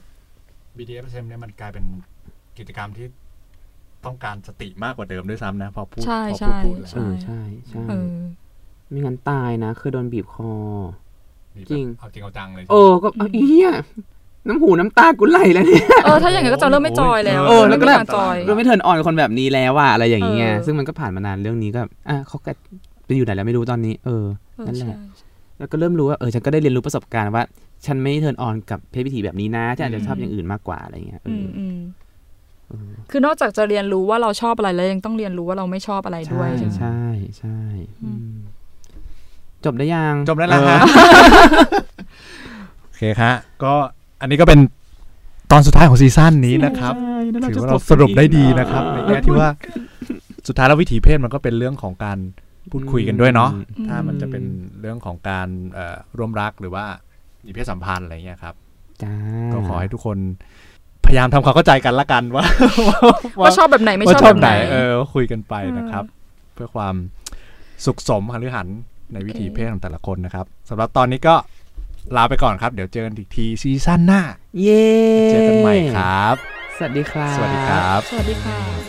BDSM เนี่ยมันกลายเป็นกิจกรรมที่ต้องการสติมากกว่าเดิมด้วยซ้ำนะพอพูดแล้วใช่ไม่งั้นตายนะเคยโดนบีบคอจริงเอาจริงเอาจังเลยก็เหี้ยน้ำหูน้ำตากูไหลแล้วเนี่ยถ้าอย่างนั้นก็จะเริ่มไม่จอยแล้วแล้วก็แบบเริ่มไม่เทิร์นออนคนแบบนี้แล้วว่าอะไรอย่างเงี้ยซึ่งมันก็ผ่านมานานเรื่องนี้ก็เขาก็ไปอยู่ไหนแล้วไม่รู้ตอนนี้นั่นแหละแล้วก็เริ่มรู้ว่าฉันก็ได้เรียนรู้ประสบการณ์ว่าฉันไม่เทิร์นออนกับเพศวิถีแบบนี้นะฉันอาจจะชอบอย่างอื่นมากกว่าอะไรเงี้ยคือนอกจากจะเรียนรู้ว่าเราชอบอะไรแล้วยังต้องเรียนรู้ว่าเราไม่ชอบอะไรด้วยใช่ใช่จบได้ยังจบแล้วฮะโอเคครับก็อันนี้ก็เป็นตอนสุดท้ายของซีซั่นนี้นะครับถือว่าเราสรุปได้ดีนะครับในแง่ที่ว่าสุดท้ายแล้ววิถีเพศมันก็เป็นเรื่องของการพูดคุยกันด้วยเนาะถ้ามันจะเป็นเรื่องของการร่วมรักหรือว่ามีเพศสัมพันธ์อะไรเงี้ยครับก็ขอให้ทุกคนพยายามทำความเข้าใจกันละกันว่าชอบแบบไหนไม่ชอบแบบไหนคุยกันไปนะครับเพื่อความสุขสมหรือหันในวิถีเพศของแต่ละคนนะครับสำหรับตอนนี้ก็ลาไปก่อนครับเดี๋ยวเจอกันอีกทีซีซั่นหน้าเย้เจอกันใหม่ครับสวัสดีครับสวัสดีครับสวัสดีค่ะ